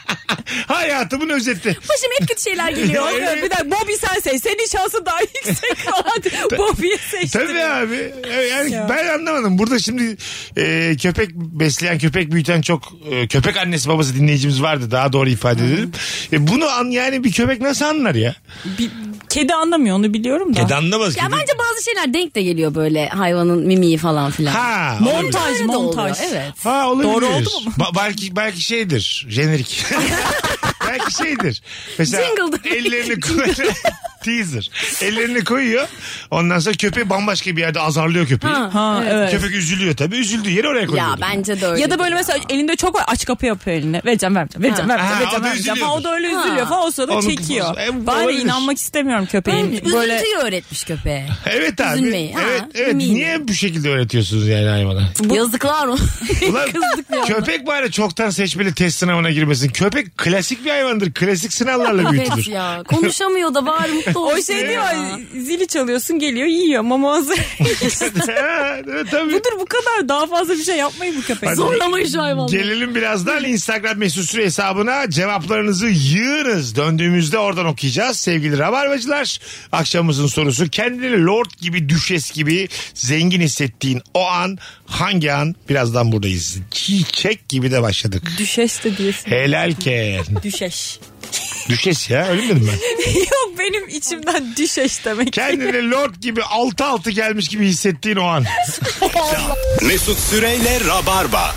Hayatımın özeti. Başıma hep kötü şeyler geliyor. Evet. Bir dakika Bobby sen seç. Senin şansın daha yüksek falan. Bobby'yi seçtim. Tabii abi. Yani Ya. ben anlamadım. Burada şimdi e, köpek besleyen, köpek büyüten çok e, köpek annesi babası dinleyicimiz vardı. Daha doğru ifade edelim. E, bunu an, yani bir köpek nasıl anlar ya? Bir, kedi anlamıyor onu biliyorum da. Kedi anlamaz. Ya kedi. bence bazı şeyler denk de geliyor böyle hayvanın mimiği falan filan. Ha, Montaj Öyle de montaj. oluyor, evet. Ha, olabilir. Doğru oldu mu? Ba- belki belki şeydir. Jenerik. belki şeydir. Mesela Jingle'dır. ellerini koyuyor. Teaser. Ellerini koyuyor. Ondan sonra köpeği bambaşka bir yerde azarlıyor köpeği. Ha, Ha, evet. Köpek üzülüyor tabii. Üzüldüğü yeri oraya koyuyor. Ya bence de öyle. Ya da böyle mesela elinde çok var aç kapı yapıyor eline. Vereceğim vereceğim vereceğim Ha. vereceğim, Ha, vereceğim, o da vereceğim falan. O da öyle üzülüyordur. üzülüyor falan o sırada Onu- çekiyor. E, Ben de olabilir. inanmak istemiyorum köpeğin. Üzüntüyü Böyle öğretmiş köpeğe. Evet abi. Üzülmeyi, ha, Evet, evet. eminim. Niye bu şekilde öğretiyorsunuz yani hayvana? Yazıklar o. Ulan Kızdık bir anda. köpek bari çoktan seçmeli test sınavına girmesin. Köpek klasik bir hayvandır. Klasik sınavlarla Evet büyütülür. ya. Konuşamıyor da bari mutlu olsun. o şey diyor ya. ya, zili çalıyorsun geliyor yiyor mama hazır. Ha, evet, tabii. Budur bu kadar daha fazla bir şey yapmayın bu köpek. Hadi. Zorlamayın şu hayvanları. Gelelim birazdan Instagram mesut süre hesabına cevaplarınızı yığınız. Döndüğümüzde oradan okuyacağız. Sevgili Rabarbacılar, akşamımızın sorusu: kendini lord gibi, düşes gibi zengin hissettiğin o an hangi an? Birazdan buradayız. Çiçek gibi de başladık. Düşeş de diyorsun. Helal ke. Düşeş. Düşes ya, öyle mi dedim ben? Yok benim içimden düşeş demek. Kendini lord gibi altı altı gelmiş gibi hissettiğin o an. Mesut Süreyle Rabarba.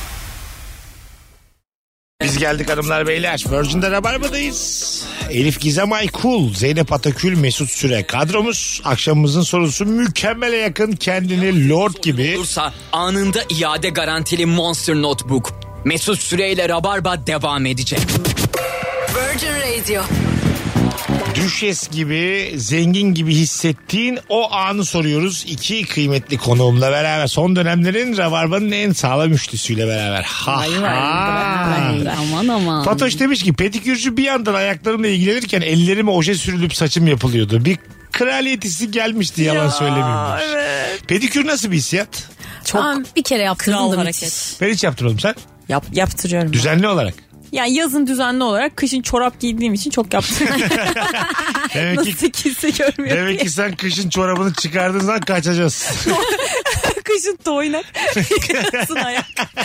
Biz geldik hanımlar beyler. Virgin'de Rabarba'dayız. Elif Gizem Aykul, Zeynep Atakül, Mesut Süre kadromuz. Akşamımızın sorusu: mükemmele yakın kendini lord gibi. Olursa anında iade garantili Monster Notebook. Mesut Süreyle Rabarba devam edecek. Virgin Radio. Düşes gibi, zengin gibi hissettiğin o anı soruyoruz. İki kıymetli konuğumla beraber. Son dönemlerin Rabarba'nın en sağlam üçlüsüyle beraber. Ha, ha. Ay, aman aman. Fatoş demiş ki pedikürcü bir yandan ayaklarımla ilgilenirken ellerime oje sürülüp saçım yapılıyordu. Bir kraliyet hissi gelmişti, yalan söylemeyeyim demiş. Evet. Pedikür nasıl bir hissiyat? Çok Ben bir kere yaptırdım kral da hareket. müthiş. Ben hiç yaptırmadım, sen? Yap, yaptırıyorum. Düzenli olarak. Yani yazın düzenli olarak, kışın çorap giydiğim için çok yaptırıyorum. Demek ki, Nasıl kimse görmüyor. demek ki sen kışın çorabını çıkardığın zaman kaçacağız. Kışın toynak. Yazın ayak.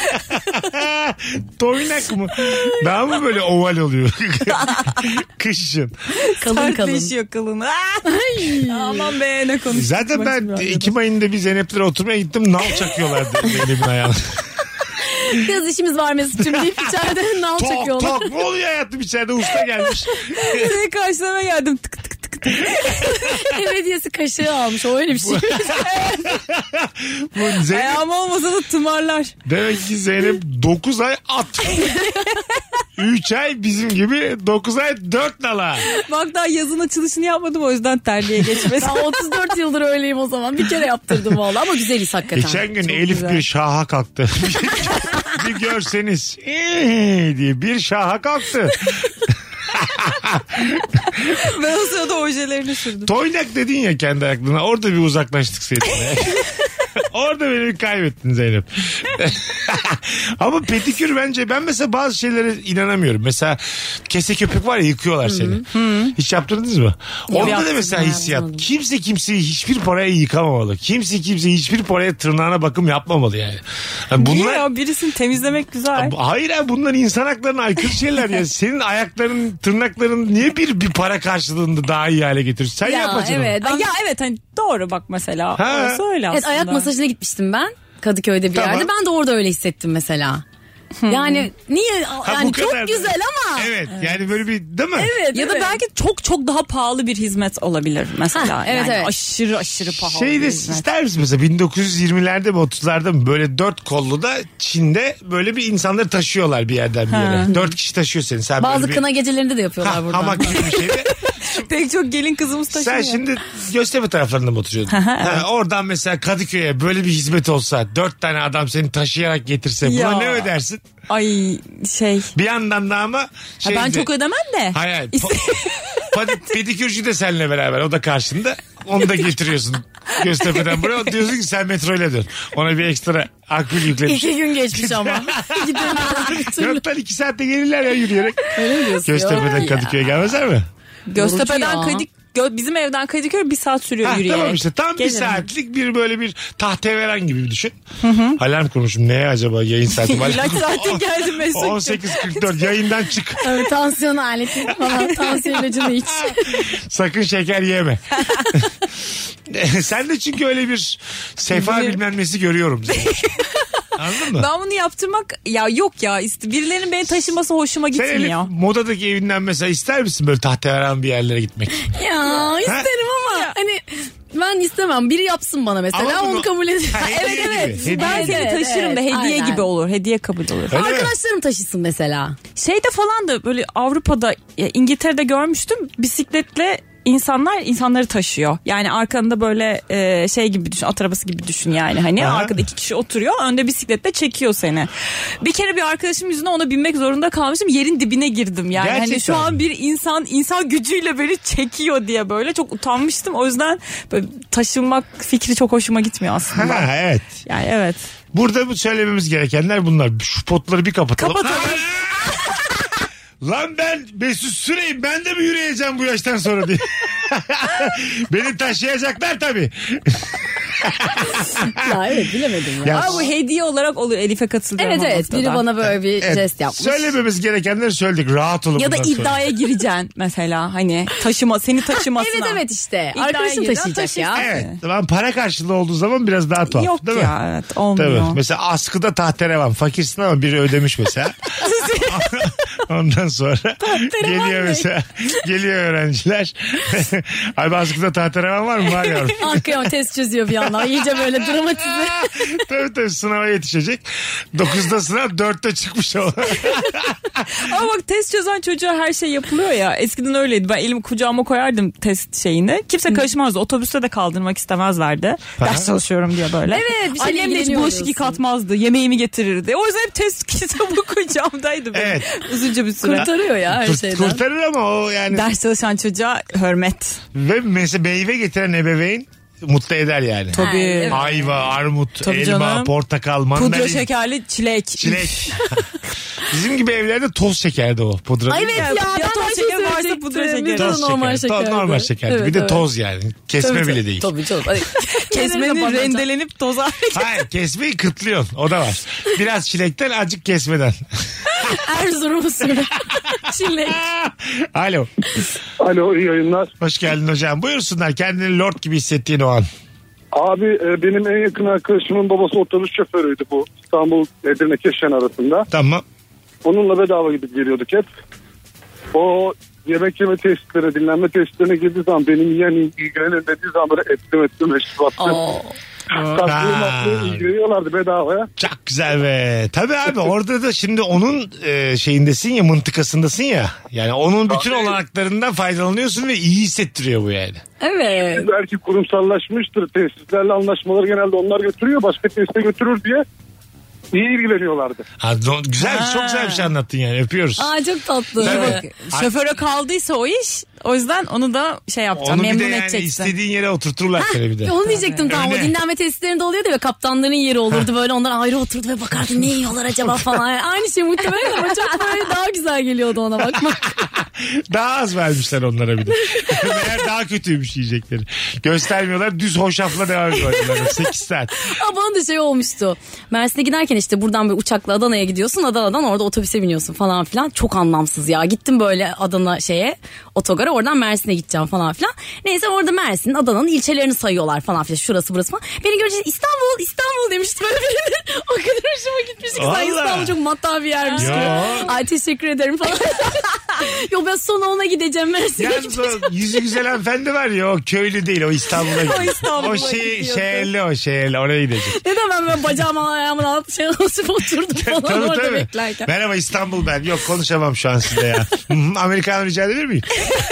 Toynak mı? Daha mı böyle oval oluyor? Kışın. Kalın kalın. Sertleşiyor kalını. Aman be ne konuştuk. Zaten ben Başım Ekim ayında bir Zeynep'lere oturmaya gittim. Nal çakıyorlardı Zeynep'in ayağına. Biraz işimiz var Mesut'cum deyip içeride nal Tok çekiyorlar. tok. Ne oluyor hayatım, içeride usta gelmiş. Seni karşılamaya geldim. Tık tık tık tık. Ev hediyesi kaşığı almış. O öyle bir şey. Bu Zeynep, Ayağım olmasa da tımarlar. demek ki Zeynep dokuz ay at. üç ay bizim gibi, dokuz ay dört nala. Bak daha yazın açılışını yapmadım, o yüzden terliğe geçmesin. Ben otuz dört yıldır öyleyim o zaman. Bir kere yaptırdım valla ama güzel his hakikaten. Geçen gün Çok Elif güzel. bir şaha kalktı. Bir görseniz "Ee" diye bir şaha kalktı. Ben o sırada ojelerini sürdüm. Toynak dedin ya kendi aklına, orada bir uzaklaştık seninle. Orada beni bir kaybettin Zeynep. Ama pedikür bence, ben mesela bazı şeylere inanamıyorum. Mesela kese köpük var ya, yıkıyorlar seni. Hiç yaptırdınız mı? Orada da yaptırdım, mesela hissiyat. yaptırdım. Kimse kimseyi hiçbir paraya yıkamamalı. Kimse kimse hiçbir paraya tırnağına bakım yapmamalı yani. Yani Niye bunlar... ya, birisini temizlemek güzel. Hayır abi, bunlar insan haklarına aykırı şeyler ya. Senin ayakların, tırnakların niye bir bir para karşılığında daha iyi hale getirirsin? Sen Ya yapacaksın evet. onu. Ay ya evet, hani doğru bak mesela. Ha. Orası öyle aslında. Evet, ayak masajına gitmiştim ben. Kadıköy'de bir Tamam. yerde. Ben de orada öyle hissettim mesela. Yani niye? Ha, Yani bu çok kadar da- güzel ama. Evet, yani böyle bir, değil mi? Evet, Ya da evet. belki çok çok daha pahalı bir hizmet olabilir mesela. Ha, evet, yani evet. aşırı aşırı pahalı Şey bir de hizmet. ister misin mesela bin dokuz yüz yirmilerde mi otuzlarda mı böyle dört kollu da Çin'de böyle bir insanları taşıyorlar bir yerden bir yere. Dört kişi taşıyor seni. Sen Bazı böyle bir, kına gecelerinde de yapıyorlar ha, burada. hamak gibi bir şeyde. Pek çok gelin kızımız taşıyor. Sen şimdi Göztepe taraflarında mı oturuyordun? Ha, oradan mesela Kadıköy'e böyle bir hizmet olsa, dört tane adam seni taşıyarak getirse buna Ya. ne ödersin? Ay şey. Bir yandan da ama Ha, şey ben de- çok ödemem de. Hayır hayır. İste- Po- pedi- pedikürcü de seninle beraber, o da karşında. Onu da getiriyorsun. Göztepe'den buraya. Diyorsun ki sen metro ile dön. Ona bir ekstra akbil yüklemiş. İki gün geçmiş ama. Gidemiyorlar bir türlü. Yok lan iki saatte gelirler ya yürüyerek. Öyle mi diyorsun? Göztepe'den Ya. Kadıköy'e gelmezler mi? Göztepe'den Yorucu ya. Kadık Gö- bizim evden Kadıköy bir saat sürüyor Ha, yürüyerek. tamam işte tam Gelirim. bir saatlik bir böyle bir tahteveren gibi bir düşün. Alarm kurmuşum. Neye acaba yayın saatim? İlaç saatin geldi Mesut'cum. on sekiz kırk dört yayından çık. Evet, tansiyon aleti falan. Tansiyon ilacını iç. Sakın şeker yeme. Sen de çünkü öyle bir sefa bilmem nesi görüyorum. Anladın mı? Ben bunu yaptırmak ya yok ya işte birilerinin beni taşıması hoşuma Sen Elif, gitmiyor. modadaki evinden mesela ister misin böyle tahteveren bir yerlere gitmek? Ya isterim ama hani ben istemem. Biri yapsın bana mesela, Ama bunu- onu kabul ederim. Ha, hediye Evet evet. gibi, hediye Ben gibi. seni Evet, taşırım da evet, hediye aynen. gibi olur. Hediye kabul olur. Öyle mi? Arkadaşlarım taşısın mesela. Şeyde falan da böyle Avrupa'da ya İngiltere'de görmüştüm bisikletle insanlar insanları taşıyor. Yani arkanda böyle e, şey gibi düşün, at arabası gibi düşün yani. Hani Aha. arkada iki kişi oturuyor, önde bisikletle çekiyor seni. Bir kere bir arkadaşım yüzünden ona binmek zorunda kalmışım. Yerin dibine girdim yani. Hani Gerçekten şu an mi? bir insan insan gücüyle beni çekiyor diye böyle çok utanmıştım. O yüzden böyle taşınmak fikri çok hoşuma gitmiyor aslında. Ha, evet. Yani evet. Burada bu söylememiz gerekenler bunlar. Şu potları bir kapatalım. Kapatalım. Lan ben Mesut Süreyim, ben de mi yürüyeceğim bu yaştan sonra diye. Beni taşıyacaklar tabii. Ya evet, bilemedim ya. Ya, Ama bu hediye olarak olur. Elif'e katılıyorum. Evet o evet, noktada. biri bana böyle bir evet, jest yapmış. söylememiz gerekenleri söyledik. Rahat olun Ya da bundan sonra. iddiaya gireceksin mesela hani taşıma seni taşımasına. Evet evet işte. İddiaya Arkadaşın gireceksin, taşıyacak ya. Evet. Ben para karşılığı olduğu zaman biraz daha tuhaf. Yok değil ya mi? evet olmuyor. Tabii. Mesela askıda tahterevan. Fakirsin ama biri ödemiş mesela. Ondan sonra geliyor mesela. Geliyor öğrenciler. Abi askıda tahterevan var mı? Var yavrum. Arkaya test çözüyor bir yandan. İyice böyle dramatize. Tabii tabii sınava yetişecek. Dokuzda sınav, dörtte çıkmış o. Ama bak test çözen çocuğa her şey yapılıyor ya. Eskiden öyleydi. Ben elimi kucağıma koyardım test şeyini. Kimse karışmazdı. Otobüste de kaldırmak istemezlerdi. Ders çalışıyorum diye böyle. Evet, bir şeyle Annem de hiç ilgileniyor bulaşık diyorsun. yıkatmazdı. Yemeğimi getirirdi. O yüzden hep test kitabı kucağımdaydı benim. Evet. Uzunca bir süre. Kurtarıyor ya her Kurt- şeyden. kurtarır ama o yani. Ders çalışan çocuğa hürmet. Ve mesela meyve getiren ebeveyn mutlu eder yani. Tabii. evet. Ayva, armut, Tabii elma, canım. portakal, mandalin. Pudra şekerli çilek. Çilek. Bizim gibi evlerde toz şekerdi o pudra. Ay evet ya, Ya ben toz de şeker şey varsa söyleyecektim. pudra şekeri. Bir de Toz normal şeker. şeker. Toz normal şekerdi. Evet, bir de evet. toz yani. Kesme Tabii, bile tabii. değil. Tabii çok. Kesmenin Kesmenin rendelenip toz haline. Hayır kesmeyi kıtlıyorsun. O da var. Biraz çilekten azıcık kesmeden. Erzurum usulü. Çilek. Alo. Alo, iyi yayınlar. Hoş geldin hocam. Buyursunlar. Kendini lord gibi hissettiğin o an. Abi e, benim en yakın arkadaşımın babası otobüs şoförüydü bu. İstanbul Edirne Keşan arasında. Tamam. Onunla bedava gidip geliyorduk hep. O yemek yeme tesislerine, dinlenme tesislerine girdiği zaman benim yiyen ilgilenir dediği zaman böyle ettim ettim meşrubattı. Tatlı Ha. matlı ilgileniyorlardı bedavaya. Çok güzel be. Tabii abi orada da şimdi onun e, şeyindesin ya, mıntıkasındasın ya. Yani onun bütün olanaklarından faydalanıyorsun ve iyi hissettiriyor bu yani. Evet. Belki kurumsallaşmıştır. Tesislerle anlaşmaları genelde onlar götürüyor. Başka tesise götürür diye iyi ilgileniyorlardı. Ha, do- güzel, Ha. çok güzel bir şey anlattın yani. Öpüyoruz. Aa çok tatlı. Tabii. Şoföre kaldıysa o iş, o yüzden onu da şey yapacağım, Onu bir de memnun yani edeceksin. istediğin yere oturturlar seni bir de. Onu diyecektim tam. O Öyle. dinlenme tesislerinde oluyordu ve kaptanların yeri olurdu. Böyle onlar ayrı oturdu ve bakardı ne yiyorlar acaba falan. Yani aynı şey muhtemelen ama çok böyle daha güzel geliyordu ona bakmak. Daha az vermişler onlara bir de. Meğer daha kötüymüş yiyecekleri. Göstermiyorlar, düz hoşafla devam ediyorlar. sekiz saat. Ama bana da şey olmuştu. Mersin'e giderken işte buradan bir uçakla Adana'ya gidiyorsun. Adana'dan orada otobüse biniyorsun falan filan. Çok anlamsız ya. Gittim böyle Adana şeye, otogara, oradan Mersin'e gideceğim falan filan. Neyse orada Mersin'in, Adana'nın ilçelerini sayıyorlar falan filan. Şurası burası falan. Beni görünce İstanbul, İstanbul demişti böyle. o kadar hoşuma gitmişti ki. Vallahi. İstanbul çok matta bir yermiş. Ya. Ay teşekkür ederim falan. Yok ben sonra ona gideceğim Mersin'e Yalnız gideceğim. o yüzü güzel hanımefendi var ya, o köylü değil, o İstanbul'a gidiyor. O İstanbul'a O şey, gidiyordu. şehirli, o şehirli, oraya gidecek. Neden ben böyle bacağımı ayağımı alıp şey olsun oturdum falan Tabii, orada tabii. beklerken. Merhaba İstanbul ben. Yok konuşamam şu an size ya. Hı hı, Amerikan rica edebilir miyim?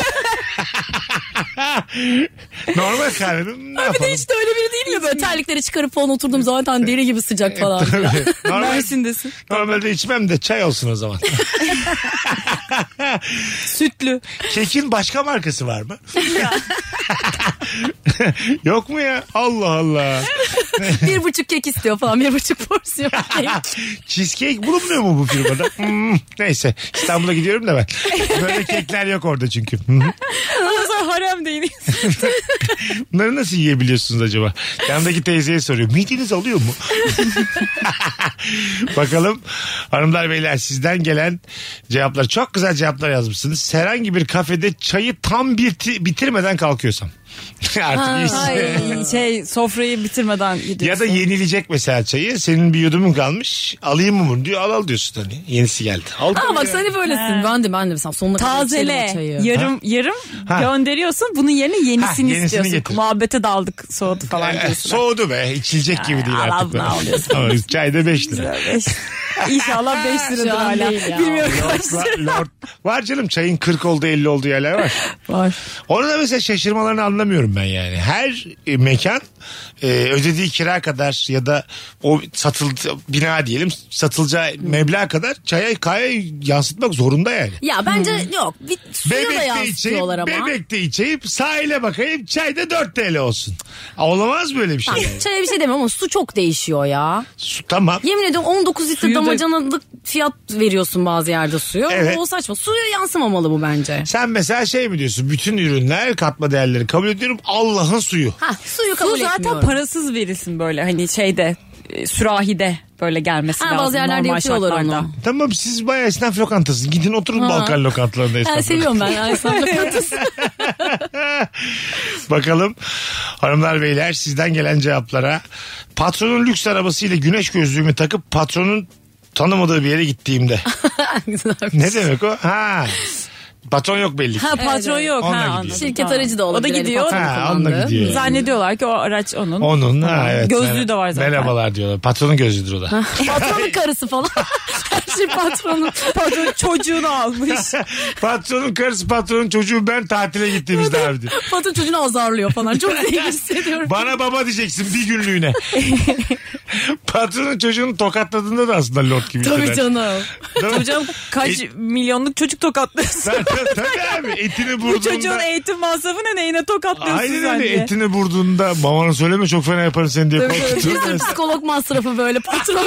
Normal kahve. Ne Bir yapalım? de işte öyle biri değil mi böyle terlikleri çıkarıp falan oturdum zaten deri gibi sıcak falan. Tabii. Normal, Mersin'desin. normalde içmem de çay olsun o zaman. Sütlü. Kekin başka markası var mı? Yok mu ya? Allah Allah. Bir buçuk kek istiyor falan. Bir buçuk porsiyon kek. Cheesecake bulunmuyor mu bu firmada? Hmm, neyse. İstanbul'a gidiyorum da ben. Böyle kekler yok orada çünkü. Ama sen harem değil. Bunları nasıl yiyebiliyorsunuz acaba? Yanındaki teyzeye soruyor. Mideniz alıyor mu? Bakalım hanımlar beyler sizden gelen cevaplar. Çok güzel cevaplar yazmışsınız. Herhangi bir kafede çayı tam biti- bitirmeden kalkıyorsam. Artık iyisi. Ay, şey sofrayı bitirmeden gidiyorsun. Ya da yenilecek mesela çayı. Senin bir yudumun kalmış. Alayım mı bunu diyor. Al al diyorsun hani. Yenisi geldi. Al Ama bak ya. sen hep öylesin. Ben de ben de mesela sonuna kadar içerim o Tazele. çayı. Yarım yarım Ha. gönderiyorsun. Bunun yerine yenisini, Ha, yenisini istiyorsun. getir. Muhabbete daldık soğudu falan Eh, diyorsun. soğudu be. İçilecek gibi değil al artık. ağzına alıyorsun. Ama çay da beş lira. Beş. İnşallah beş liradır Şu an hala. değil ya. Bilmiyorum kaç Lord, lira. Lord. Var canım çayın kırk olduğu elli olduğu yerler var. Var. Onu da mesela şaşırmalarını anlamıyorum ben yani. Her e, mekan e, ödediği kira kadar ya da o satıldı bina diyelim satılacağı meblağ kadar çaya kahveye yansıtmak zorunda yani. Ya bence yok. Bir suya da Bebekte içeyip, yansıtıyorlar ama. bebekte içeyip sahile bakayım çayda dört TL olsun. Olamaz böyle bir şey. Bak, yani. çaya bir şey demiyorum ama su çok değişiyor ya. Su, tamam. Yemin ediyorum on dokuz litre Suyu da- damacanalık fiyat veriyorsun bazı yerde suyu. Evet. O saçma. Suya yansımamalı bu bence. Sen mesela şey mi diyorsun? Bütün ürünler katma değerleri kabul ediyorum. Allah'ın suyu. Ha, suyu kabul Bu zaten etmiyorum. parasız verilsin böyle hani şeyde e, sürahide böyle gelmesi Ha, lazım. bazı yerlerde normal yapıyorlar şartlarda. onu. Tamam siz bayağı esnaf lokantası. Gidin oturun Ha. Balkan lokantalarında esnaf. Ha, seviyorum ben. Ay, esnaf lokantası. Bakalım hanımlar beyler sizden gelen cevaplara. Patronun lüks arabasıyla güneş gözlüğümü takıp patronun tanımadığı bir yere gittiğimde. Güzelmiş. Ne demek o? Ha. Patron yok belli ki. Ha patron Evet, yok. Onunla ha, gidiyor. anladım, Şirket tamam. aracı da olabilir. O da gidiyor. Patron Ha, kullandığı. onunla gidiyor. Zannediyorlar ki o araç onun. Onun ha evet. Gözlüğü Mer- de var zaten. Merhabalar diyorlar. Patronun gözlüğüdür o da. Patronun karısı falan. Her şey patronun. Patron çocuğunu almış. Patronun karısı patronun çocuğu ben tatile gittiğimizde abi diyor. Patron çocuğunu azarlıyor falan. Çok zengin hissediyorum. Bana baba diyeceksin bir günlüğüne. Patronun çocuğunu tokatladığında da aslında lord gibi. Tabii hisseder. canım. Değil mi? Hocam kaç E- milyonluk çocuk tokatlıyorsun. Tabii, tabii abi etini Bu çocuğun vurduğunda. eğitim masrafı ne neyine tokatlıyorsun Aynen sen öyle diye. etini vurduğunda babana söyleme çok fena yaparım seni diye Bir korkutuyor. sürü psikolog masrafı böyle patron.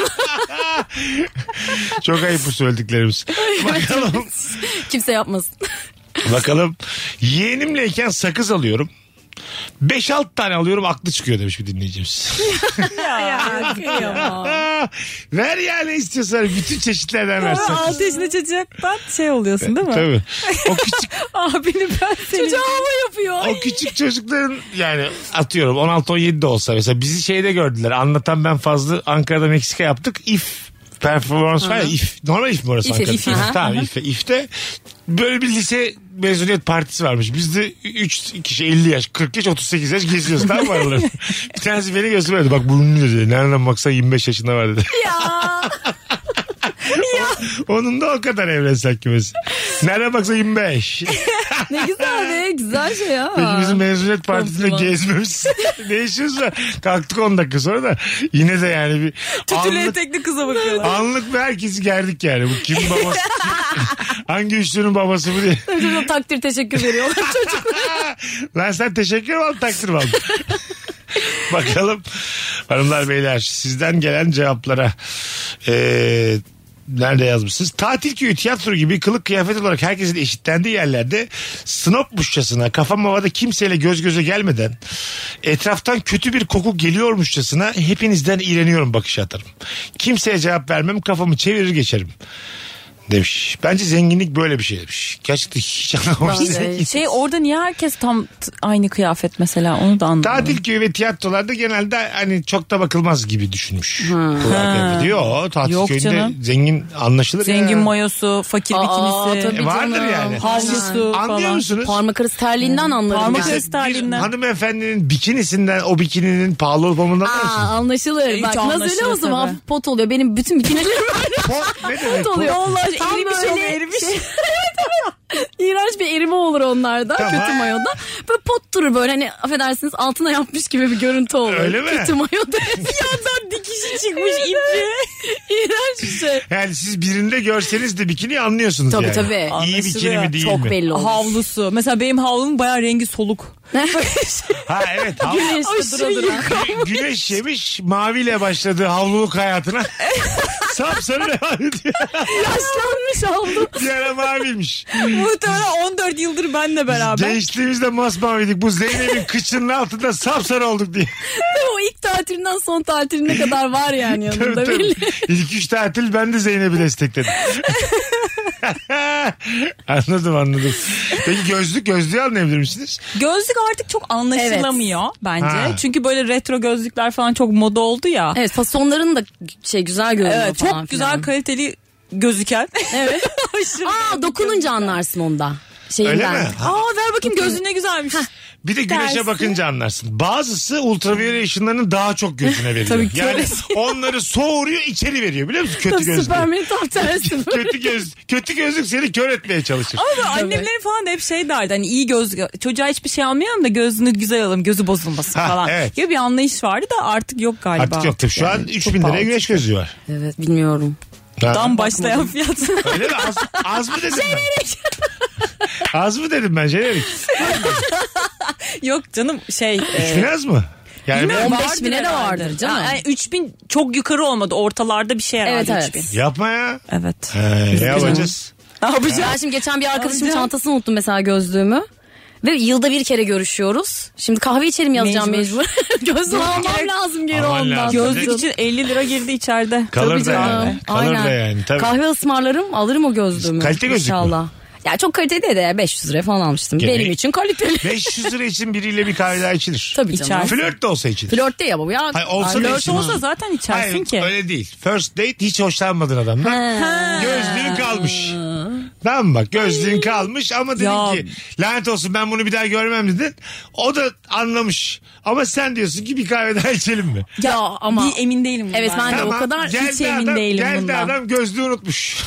Çok ayıp bu söylediklerimiz. Bakalım. Kimse yapmasın. Bakalım. Yeğenimleyken sakız alıyorum. beş altı tane alıyorum aklı çıkıyor demiş bir dinleyicimiz. Ya, kıyamam. Ver ya ne istiyorsan bütün çeşitlerden ver sakız. altı yaşında çocuktan şey oluyorsun değil mi? Tabii. O küçük Abini ben senin. Çocuğa hava yapıyor. o küçük çocukların yani atıyorum on altı on yedi de olsa mesela bizi şeyde gördüler. Anlatan ben fazla Ankara'da Meksika yaptık. If performans var ya if. Normal if mi orası İF, Ankara'da? if, aha, Tamam if. If'te böyle bir lise mezuniyet partisi varmış. Biz de üç kişi elli yaş, kırk yaş, otuz sekiz yaş geziyoruz. Tamam mı araları? Bir tanesi beni gösterdi. Bak bu ünlü dedi. Nereden baksan yirmi beş yaşında var dedi. Ya. Onun da o kadar evrensel kümesi. Nereden baksan yirmi beş. Ne güzel be. Güzel şey ya. Peki bizim mezuniyet partisinde Kompliman. gezmemiz ne işimiz var? Kalktık on dakika sonra da yine de yani bir Tütülü anlık, etekli kıza bakıyorlar. anlık bir herkesi gerdik yani. Bu kim babası? kim- hangi üçlünün babası bu diye. Çocuğa takdir teşekkür veriyorlar çocuklar. Lan sen teşekkür mü aldın takdir mi aldın? Bakalım hanımlar beyler sizden gelen cevaplara. Eee nerede yazmışsınız? Tatil köyü, tiyatro gibi kılık kıyafet olarak herkesin eşitlendiği yerlerde snopmuşçasına kafam havada kimseyle göz göze gelmeden etraftan kötü bir koku geliyormuşçasına hepinizden iğreniyorum bakışı atarım. Kimseye cevap vermem kafamı çevirir geçerim. Demiş. Bence zenginlik böyle bir şey demiş. Gerçekten hiç anlamamıştım. Ben de- Şey orada niye herkes tam t- aynı kıyafet mesela onu da anlamadım. Tatil köyü ve tiyatrolarda genelde hani çok da bakılmaz gibi düşünmüş. Kulağa diyor. Tatil Yok köyünde canım. zengin anlaşılır Zengin ya. mayosu, fakir Aa, bikinisi, tabii E, vardır canım. yani. havlusu Anlıyor falan. musunuz? Parmak arası terliğinden anlarım. Parmak ben. arası- Mesela bir sterlinden. hanımefendinin bikinisinden o bikininin pahalı olup olmadığını anlıyor Aa, musun? anlaşılır. Hiç Bak nasıl öyle anlaşılır o zaman tabii. pot oluyor. Benim bütün bikinilerim Pot ne demek? pot oluyor. Allah Tam erimiş o böyle erimiş. şey- İğrenç bir erime olur onlarda. Tamam. Kötü mayoda. Böyle pot durur böyle hani affedersiniz altına yapmış gibi bir görüntü olur. Öyle mi? Kötü mayoda. Yandan dikişi çıkmış ipi. İğrenç bir şey. Yani siz birinde görseniz de bikini anlıyorsunuz Tabii yani. tabii. İyi bikini mi değil Çok mi? belli olur. Havlusu. Mesela benim havlumun bayağı rengi soluk. Ha evet. Hav- Güneşte dura dura. Gü- güneş yemiş maviyle başladığı havluluk hayatına sapsarı devam ediyor. Yaşlanmış oldum. Bir ara maviymiş. Muhtemelen on dört yıldır benle beraber. Gençliğimizde masmaviydik. Bu Zeynep'in kıçının altında sapsarı olduk diye. O ilk tatilinden son tatiline kadar var yani Tabii, yanında tabii. belli. İlk üç tatil ben de Zeynep'i destekledim. Anladım anladım. Peki gözlük gözlüğü anlayabilir misiniz? Gözlük artık çok anlaşılamıyor bence. Ha. Çünkü böyle retro gözlükler falan çok moda oldu ya. Evet fasonların da şey güzel görünüyor Evet, falan çok güzel filan. kaliteli gözüken. Evet. Aşırı Aa dokununca anlarsın onda. Şeyinden. Öyle mi? Ha. Aa ver bakayım gözün ne güzelmiş. Bir de güneşe Dersi. bakınca anlarsın. Bazısı ultraviyole ışınlarını daha çok gözüne veriyor. Tabii, yani köresi. onları soğuruyor içeri veriyor biliyor musun? Kötü Tabii gözlük. Süpermen'in tam tersi. kötü göz kötü gözlük seni kör etmeye çalışır. Ama böyle annemlerin falan da hep şey derdi hani iyi gözlük çocuğa hiçbir şey almayalım da gözünü güzel alalım gözü bozulmasın Ha, falan. evet. Gibi bir anlayış vardı da artık yok galiba. Artık yok tabii. Şu Yani an üç çok bin liraya pahalı. güneş gözlüğü var. Evet bilmiyorum. Ha. Dan başlayan fiyat. Öyle mi? Az, az mı dedim ben? Az mı dedim ben jenerik? Yok canım şey. Üç bin az mı? Yani Bilmiyorum, on beş vardır bine de herhalde. vardır canım. Yani üç bin çok yukarı olmadı. Ortalarda bir şey herhalde. Evet, evet. üç bin. yapma ya. Evet. Ee, ne yapacağız? Ne yapacağız? Ben şimdi geçen bir arkadaşımın Alacağım. çantasını unuttum mesela gözlüğümü. Ve yılda bir kere görüşüyoruz. Şimdi kahve içelim yazacağım Mecbur. mecbur. Gözlüğü almam lazım geri Alman ondan. lazım. Gözlük için elli lira girdi içeride. Kalır Tabii da canım. yani. Kalır Aynen. da yani. Tabii. Kahve ısmarlarım alırım o gözlüğümü. Kalite gözlük mü? İnşallah. Ya çok kaliteli değil de ya beş yüz liraya falan almıştım. Gene- Benim için kaliteli. beş yüz lira için biriyle bir kahve daha içilir. Tabii canım. İçer. Flört de olsa içilir. Flört değil ya bu ya. Hayır, olsa da Flört içilir. olsa zaten içersin Hayır, ki. öyle değil. First date hiç hoşlanmadın adamdan. Ha. Gözlüğün kalmış. Tamam mı bak gözlüğün kalmış ama dedin Ya. ki lanet olsun ben bunu bir daha görmem dedin. O da anlamış. Ama sen diyorsun ki bir kahve daha içelim mi? Ya ama. Bir emin değilim bundan. Evet, ben de o kadar geldi hiç emin adam, değilim geldi bundan. adam gözlüğü unutmuş.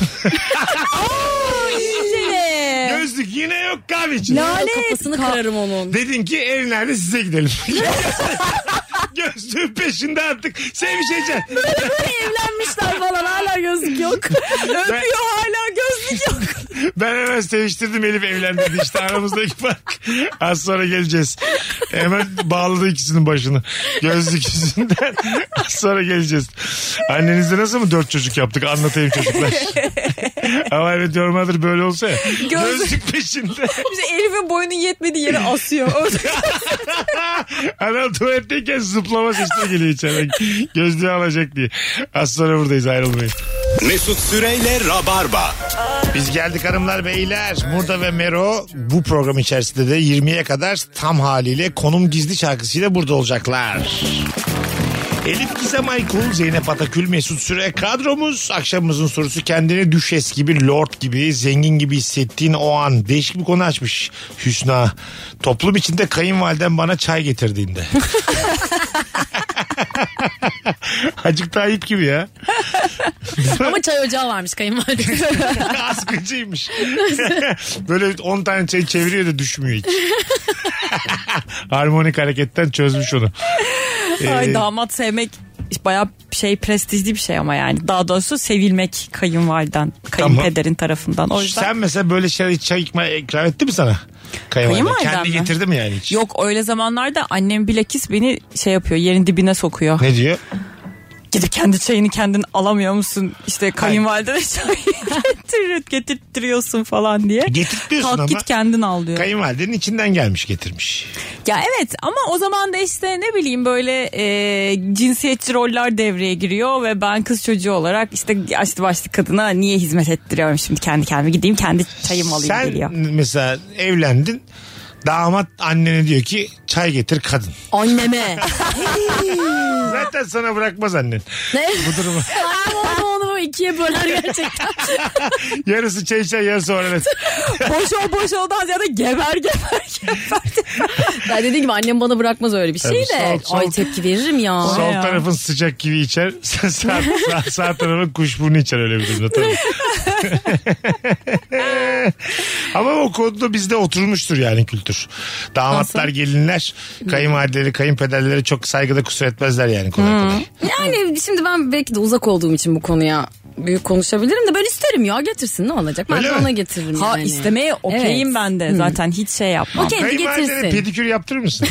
Gözlük yine yok kahve için. Lanet. Kafasını kırarım onun. Dedin ki evlerde size gidelim. Gözlüğün peşinde artık sevişeceksin. Böyle evlenmişler falan hala gözlük yok. Öpüyor hala gözlük yok. Ben hemen seviştirdim Elif evlendi işte aramızdaki fark. Az sonra geleceğiz. Hemen bağladı ikisinin başını. Gözlük yüzünden. Az sonra geleceğiz. Annenizde nasıl mı dört çocuk yaptık anlatayım çocuklar. Ama evet yormadır böyle olsa ya. Gözlük peşinde. İşte Elif'in boyunun yetmediği yere asıyor. Adam tuvaletteyken zıplama sesleri geliyor içeriden. Gözlüğü alacak diye. Az sonra buradayız ayrılmayın. Mesut Süreyle Rabarba. Biz geldik hanımlar beyler. Murda ve Mero bu program içerisinde de yirmiye kadar tam haliyle konum gizli şarkısıyla burada olacaklar. Elif Gizem Aykul, Zeynep Atakül, Mesut Süre kadromuz. Akşamımızın sorusu kendini düşes gibi, lord gibi, zengin gibi hissettiğin o an. Değişik bir konu açmış Hüsna. Toplum içinde kayınvaliden bana çay getirdiğinde. Acık da ayıp gibi ya. Ama çay ocağı varmış kayınvalide. Askıcıymış. Böyle on tane çay çeviriyor da düşmüyor hiç. Harmonik hareketten çözmüş onu. Ay Ee, damat sevmek bayağı şey prestijli bir şey ama yani. Daha doğrusu sevilmek kayınvaliden, kayınpederin tarafından. O yüzden Sen mesela böyle şey çay ikma ikram etti mi sana? Kayınvaliden. Kayınvaliden Kendi mi? getirdi mi yani hiç? yok öyle zamanlarda annem bilakis beni şey yapıyor yerin dibine sokuyor. Ne diyor? Gidip kendi çayını kendin alamıyor musun? İşte kayınvalidene çay getir, getirttiriyorsun falan diye. Getirtmiyorsun Kalk ama. git kendin al diyor. Kayınvalidenin içinden gelmiş getirmiş. Ya evet ama o zaman da işte ne bileyim böyle e, cinsiyetçi roller devreye giriyor ve ben kız çocuğu olarak işte yaşlı başlı kadına niye hizmet ettiriyorum şimdi kendi kendime gideyim kendi çayımı alayım Sen geliyor. mesela evlendin. Damat annene diyor ki çay getir kadın. Anneme. Zaten sana bırakmaz annen. Ne? Bu durumu. Annem onu, onu ikiye böler gerçekten. Yarısı çay içer yarısı oralet. boş ol boş oldan ziyade geber geber geber. Ben dediğim gibi annem bana bırakmaz öyle bir şey Tabii, de. sol- sol- Ay tepki veririm ya. Sol ya. tarafın sıcak gibi içer. Sağ, sağ, sağ tarafın kuşburnu içer öyle bir durumda tabii. Ama o konuda bizde oturmuştur yani kültür. Damatlar, Nasıl? gelinler, kayınvalideleri, kayınpederleri çok saygıda kusur etmezler yani kolay kolay. Yani şimdi ben belki de uzak olduğum için bu konuya büyük konuşabilirim de ben isterim ya, getirsin ne olacak, ben Öyle de mi? ona getiririm Ha yani. istemeye okeyim Evet. ben de. Zaten hiç şey yapmam. Okey. Kendi Kayınvalidene getirsin. pedikür yaptırır mısın?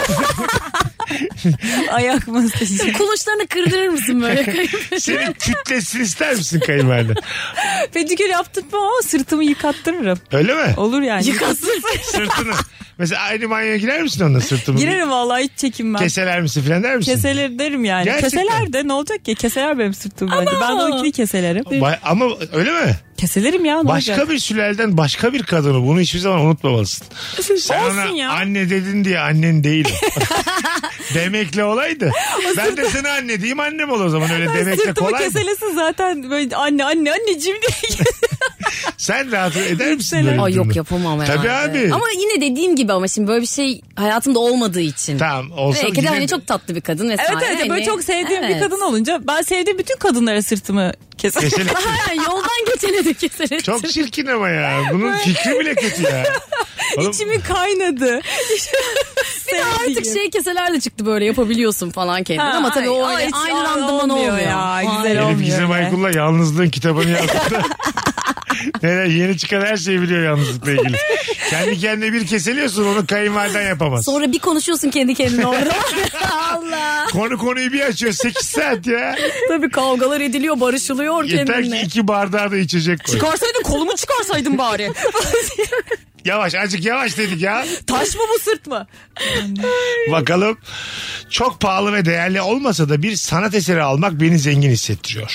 Ayak masajı. Kuluşlarını kırdırır mısın böyle? Senin kütlesin ister misin kayınvalide? Pedikür yaptırmam ama sırtımı yıkattırırım. Öyle mi? Olur yani. Yıkasın. Sırtını. Mesela aynı banyoya girer misin onunla sırtını? Girerim vallahi, hiç çekinmem. Keseler misin falan der misin? Keseler derim yani. Gerçekten. Keseler de ne olacak ki? Keseler benim sırtım bence. Ben de o ikili keselerim. Ba- ama öyle mi? Keselerim ya, ne Başka olacak? bir sülalden başka bir kadını, bunu hiçbir zaman unutmamalısın. Sen Olsun ona ya. anne dedin diye annen değil o. Demekle olaydı. Ben de sana anne diyeyim, annem ol o zaman, öyle demekle Sırtımı kolay mı? keselesin zaten böyle anne anne anneciğim diye. Sen rahat eder misin Yükselen- böyle Ay bir yok durumda? yapamam herhalde. Tabii abi. Ama yine dediğim gibi, ama şimdi böyle bir şey hayatımda olmadığı için. Tamam olsa Belki de yine hani de- çok tatlı bir kadın vesaire. Evet evet, böyle Hani- çok sevdiğim bir Evet. kadın olunca ben sevdiğim bütün kadınlara sırtımı keserim. Keselim. Ha, yoldan geçene de keserim. Çok çirkin ama ya. Bunun fikri bile kötü ya. Oğlum, İçimin kaynadı. Bir de artık şey keseler de çıktı, böyle yapabiliyorsun falan kendin. Ha, Ama tabii o ay, öyle hiç aynı randıman olmuyor olmuyor. ya, Aynen. güzel Elif olmuyor Gizem be. Aykul'la Yalnızlığın kitabını yazdı. Neler, yeni çıkan her şeyi biliyor yalnızlıkla ilgili. Kendi kendine bir keseliyorsun, onu kayınvaliden yapamaz. Sonra bir konuşuyorsun kendi kendine orada. Allah. Konu konuyu bir açıyor, sekiz saat ya. Tabii kavgalar ediliyor, barışılıyor Yeter kendine. ki iki bardağı da içecek koy. Çıkarsaydın, kolumu çıkarsaydın bari. Yavaş, azıcık yavaş dedik ya. Taş mı bu, sırt mı? Bakalım, çok pahalı ve değerli olmasa da bir sanat eseri almak beni zengin hissettiriyor.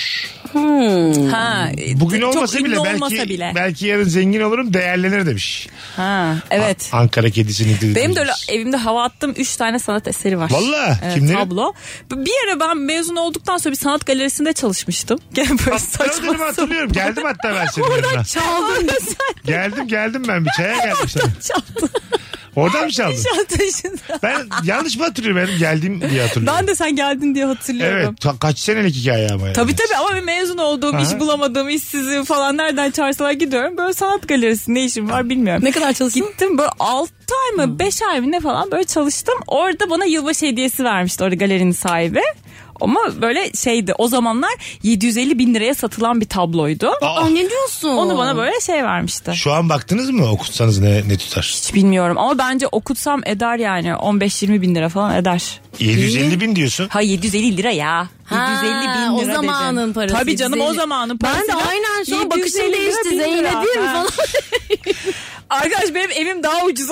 Ha, Bugün çok olmasa ünlü bile olmasa belki bile. belki yarın zengin olurum, değerlenir demiş. Ha, evet. Ankara kedisini dedi. Benim de öyle evimde hava attığım üç tane sanat eseri var. Valla, Evet, kimlerin? tablo. Bir ara ben mezun olduktan sonra bir sanat galerisinde çalışmıştım. Gene böyle saçma Hatırlıyorum, hatırlıyorum. Geldim hatta ben senin yanına. Çaldın sen. Geldim geldim ben bir çaya geldim sana. Çaldın. Oradan mı çaldın? Nişantaşı'nda. Ben yanlış mı hatırlıyorum? Ben geldim diye hatırlıyorum. Ben de sen geldin diye hatırlıyorum. Evet, ta- kaç senelik hikaye ama yani. Tabii tabii, ama bir mezun olduğum, Aha. iş bulamadığım, işsizim falan, nereden çağırsalar gidiyorum. Böyle sanat galerisinde işim var, bilmiyorum. Ne kadar çalıştın? Gittim böyle altı ay mı beş ay mı ne falan böyle çalıştım. Orada bana yılbaşı hediyesi vermişti orada galerinin sahibi. Ama böyle şeydi, o zamanlar yedi yüz elli bin liraya satılan bir tabloydu. Aa, ne diyorsun? Onu bana böyle şey vermişti. Şu an baktınız mı, okutsanız ne, ne tutar? Hiç bilmiyorum ama bence okutsam eder yani, on beş yirmi bin lira falan eder. yedi yüz elli bin diyorsun. Ha, yedi yüz elli lira ya. Ha, yedi yüz elli bin lira o zamanın dedim. parası. Tabii canım, o yedi yüz elli. zamanın Ben parası. de aynen şu an bakışım değişti. bin lira. Zeynep'im Ha. falan. Arkadaş benim evim daha ucuz.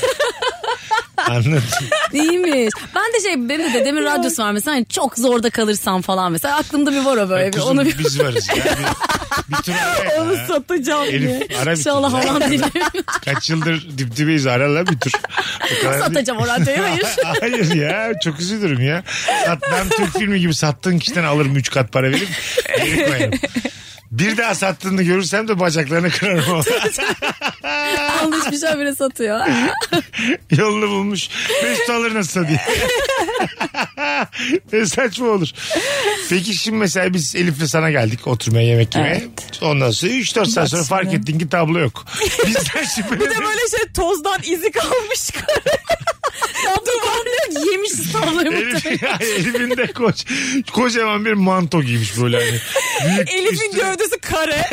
Anladım. Değilmiş. Ben de şey, benim de dedemin radyosu var mesela, hani çok zorda kalırsam falan mesela, aklımda bir var o böyle. Bir, Kuzum, onu bir biz varız ya. Bir, bir tur ara ya. Onu satacağım diye. Elif ara bir tur. inşallah ya. halam dinlemiyor. Kaç yıldır dip dibeyiz, ara la bir tur. O kadar Satacağım o radyoyu, hayır. Hayır ya, çok üzülürüm ya. Sat, ben Türk filmi gibi sattığın kişiden alırım üç kat para verip geri koyarım. Bir daha sattığını görürsem de bacaklarını kırarım ama. Yanlış bir şey bile satıyor. Yolunu bulmuş. Mesut alır nasıl diye. Ne saçma olur. Peki şimdi mesela biz Elif'le sana geldik oturmaya, yemek yemeye. Evet. Ondan sonra üç dört saat sonra fark ettin ki tablo yok. Bizden Bir şüphelenir. de böyle şey, tozdan izi kalmış. Tablo yemişiz tabloyu muhtemelen. Elif, ya, Elif'in de koç, kocaman bir manto giymiş böyle hani. Büyük Elif'in üstüne- gövdesi kare.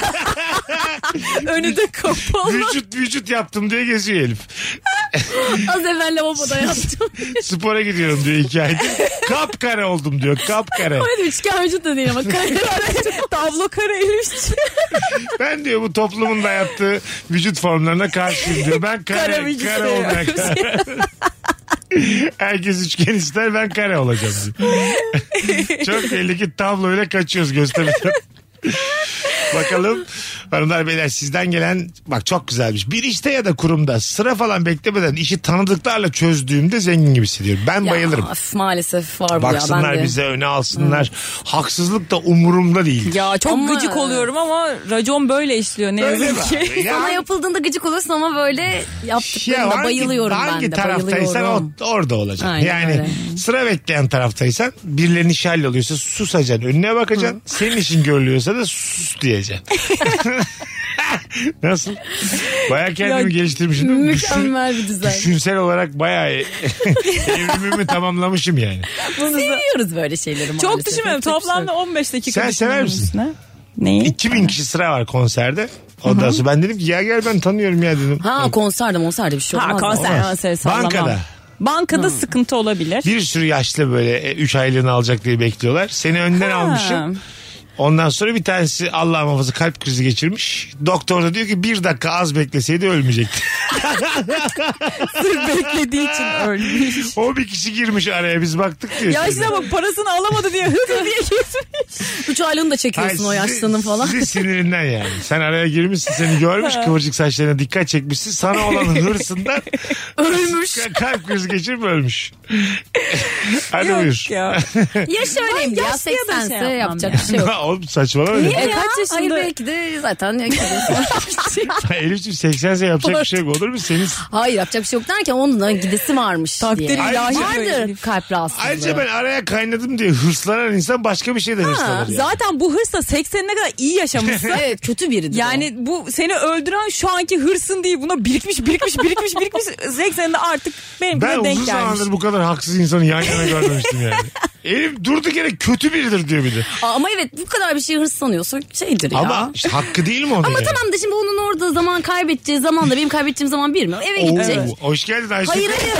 Önü de kapalı. Vücut vücut yaptım diye geziyor Elif. Az evvel lavaboda yaptım. Spora gidiyorum diyor iki aydır. Kapkare oldum diyor, kapkare. Öyle üçgen vücut da değil ama kare. Tablo kare Elif. Ben diyor bu toplumun dayattığı vücut formlarına karşıyım diyor. Ben kare, Kare kare, vücut olmaya seviyorum. karar. Herkes üçgen ister, ben kare olacağım diyor. Çok belli ki tabloyla kaçıyoruz göstermeden. Bakalım hanımlar beyler, sizden gelen bak çok güzelmiş. Bir işte ya da kurumda sıra falan beklemeden işi tanıdıklarla çözdüğümde zengin gibi hissediyorum. Ben Ya, bayılırım. of, maalesef var bu ya. Baksınlar Ben de. bize, öne alsınlar. Haksızlık da umurumda değil. Ya çok Ama- gıcık oluyorum ama racon böyle işliyor ne Öyle yazık mi? ki. Ya- Sana yapıldığında gıcık oluyorsun ama böyle yaptıklarına hangi- bayılıyorum hangi ben de. taraftaysan Bayılıyorum. o- orada olacaksın. Aynen Yani öyle. sıra bekleyen taraftaysan, birilerinin işi halloluyorsa susacaksın, önüne bakacaksın. Senin işin görülüyorsa da sus diyeceksin. Nasıl? Bayağı kendimi Ya, geliştirmişim değil mi? Mükemmel bir düzen. Düşünsel olarak bayağı evrimimi tamamlamışım yani. Seviyoruz böyle şeyleri maalesef. Çok düşünmüyorum. Toplamda on beş dakika Sen sever misin? üstüne. Neyi? iki bin kişi sıra var konserde. Ondan sonra ben dedim ki ya gel ben tanıyorum ya dedim. Ha konserde konserde bir şey Ha olmaz. konser konser sallamam. Bankada. Bankada sıkıntı olabilir. Bir sürü yaşlı böyle üç aylığını alacak diye bekliyorlar. Seni önden Ha. almışım. Ondan sonra bir tanesi Allah muhafaza kalp krizi geçirmiş. Doktor da diyor ki bir dakika az bekleseydi ölmeyecekti. Sırf beklediği için ölmüş. O bir kişi girmiş araya biz baktık diyor. Yaşına bak parasını alamadı diye hızlı diye gitmiş. Üç aylığını da çekiyorsun o yaşlının falan. Sizi sinirinden yani. Sen araya girmişsin seni görmüş kıvırcık saçlarına dikkat çekmişsin. Sana olan hırsından Ölmüş. kalp krizi geçirip ölmüş. Hadi Yok buyur. ya. Ya şöyleyim ya yaşlıya da seksense şey yapmam yapacak ya. bir şey yok. Oğlum saçmalama öyle. Niye E, ya? kaç yaşında- Hayır belki de zaten. Elif'ciğim seksense yapacak bir şey yok olur mu? Senin... Hayır yapacak bir şey yok derken onun da gidesi varmış Takdiri diye. ilahi Vardır böyle. kalp rahatsızlığı. Ayrıca ben araya kaynadım diye hırslanan insan başka bir şeyden hırslanır. Yani. Zaten bu hırsla seksenine kadar iyi yaşamışsın. Evet kötü biridir o. Yani bu seni öldüren şu anki hırsın değil. Buna birikmiş birikmiş birikmiş birikmiş. sekseninde artık benimkine Ben denk uzun gelmiş. zamandır bu kadar haksız insanı yan yana görmemiştim yani. Elif durduk yere kötü biridir diyor bir de. Ama evet bu kadar bir şey hırslanıyorsa şeydir ya. Ama işte hakkı değil mi onun Ama yani? tamam da şimdi onun orada zaman kaybedeceği zaman da benim kaybedeceğim zaman bir mi? Eve Oo, gidecek. hoş geldin Ayşe. Hayır hayır.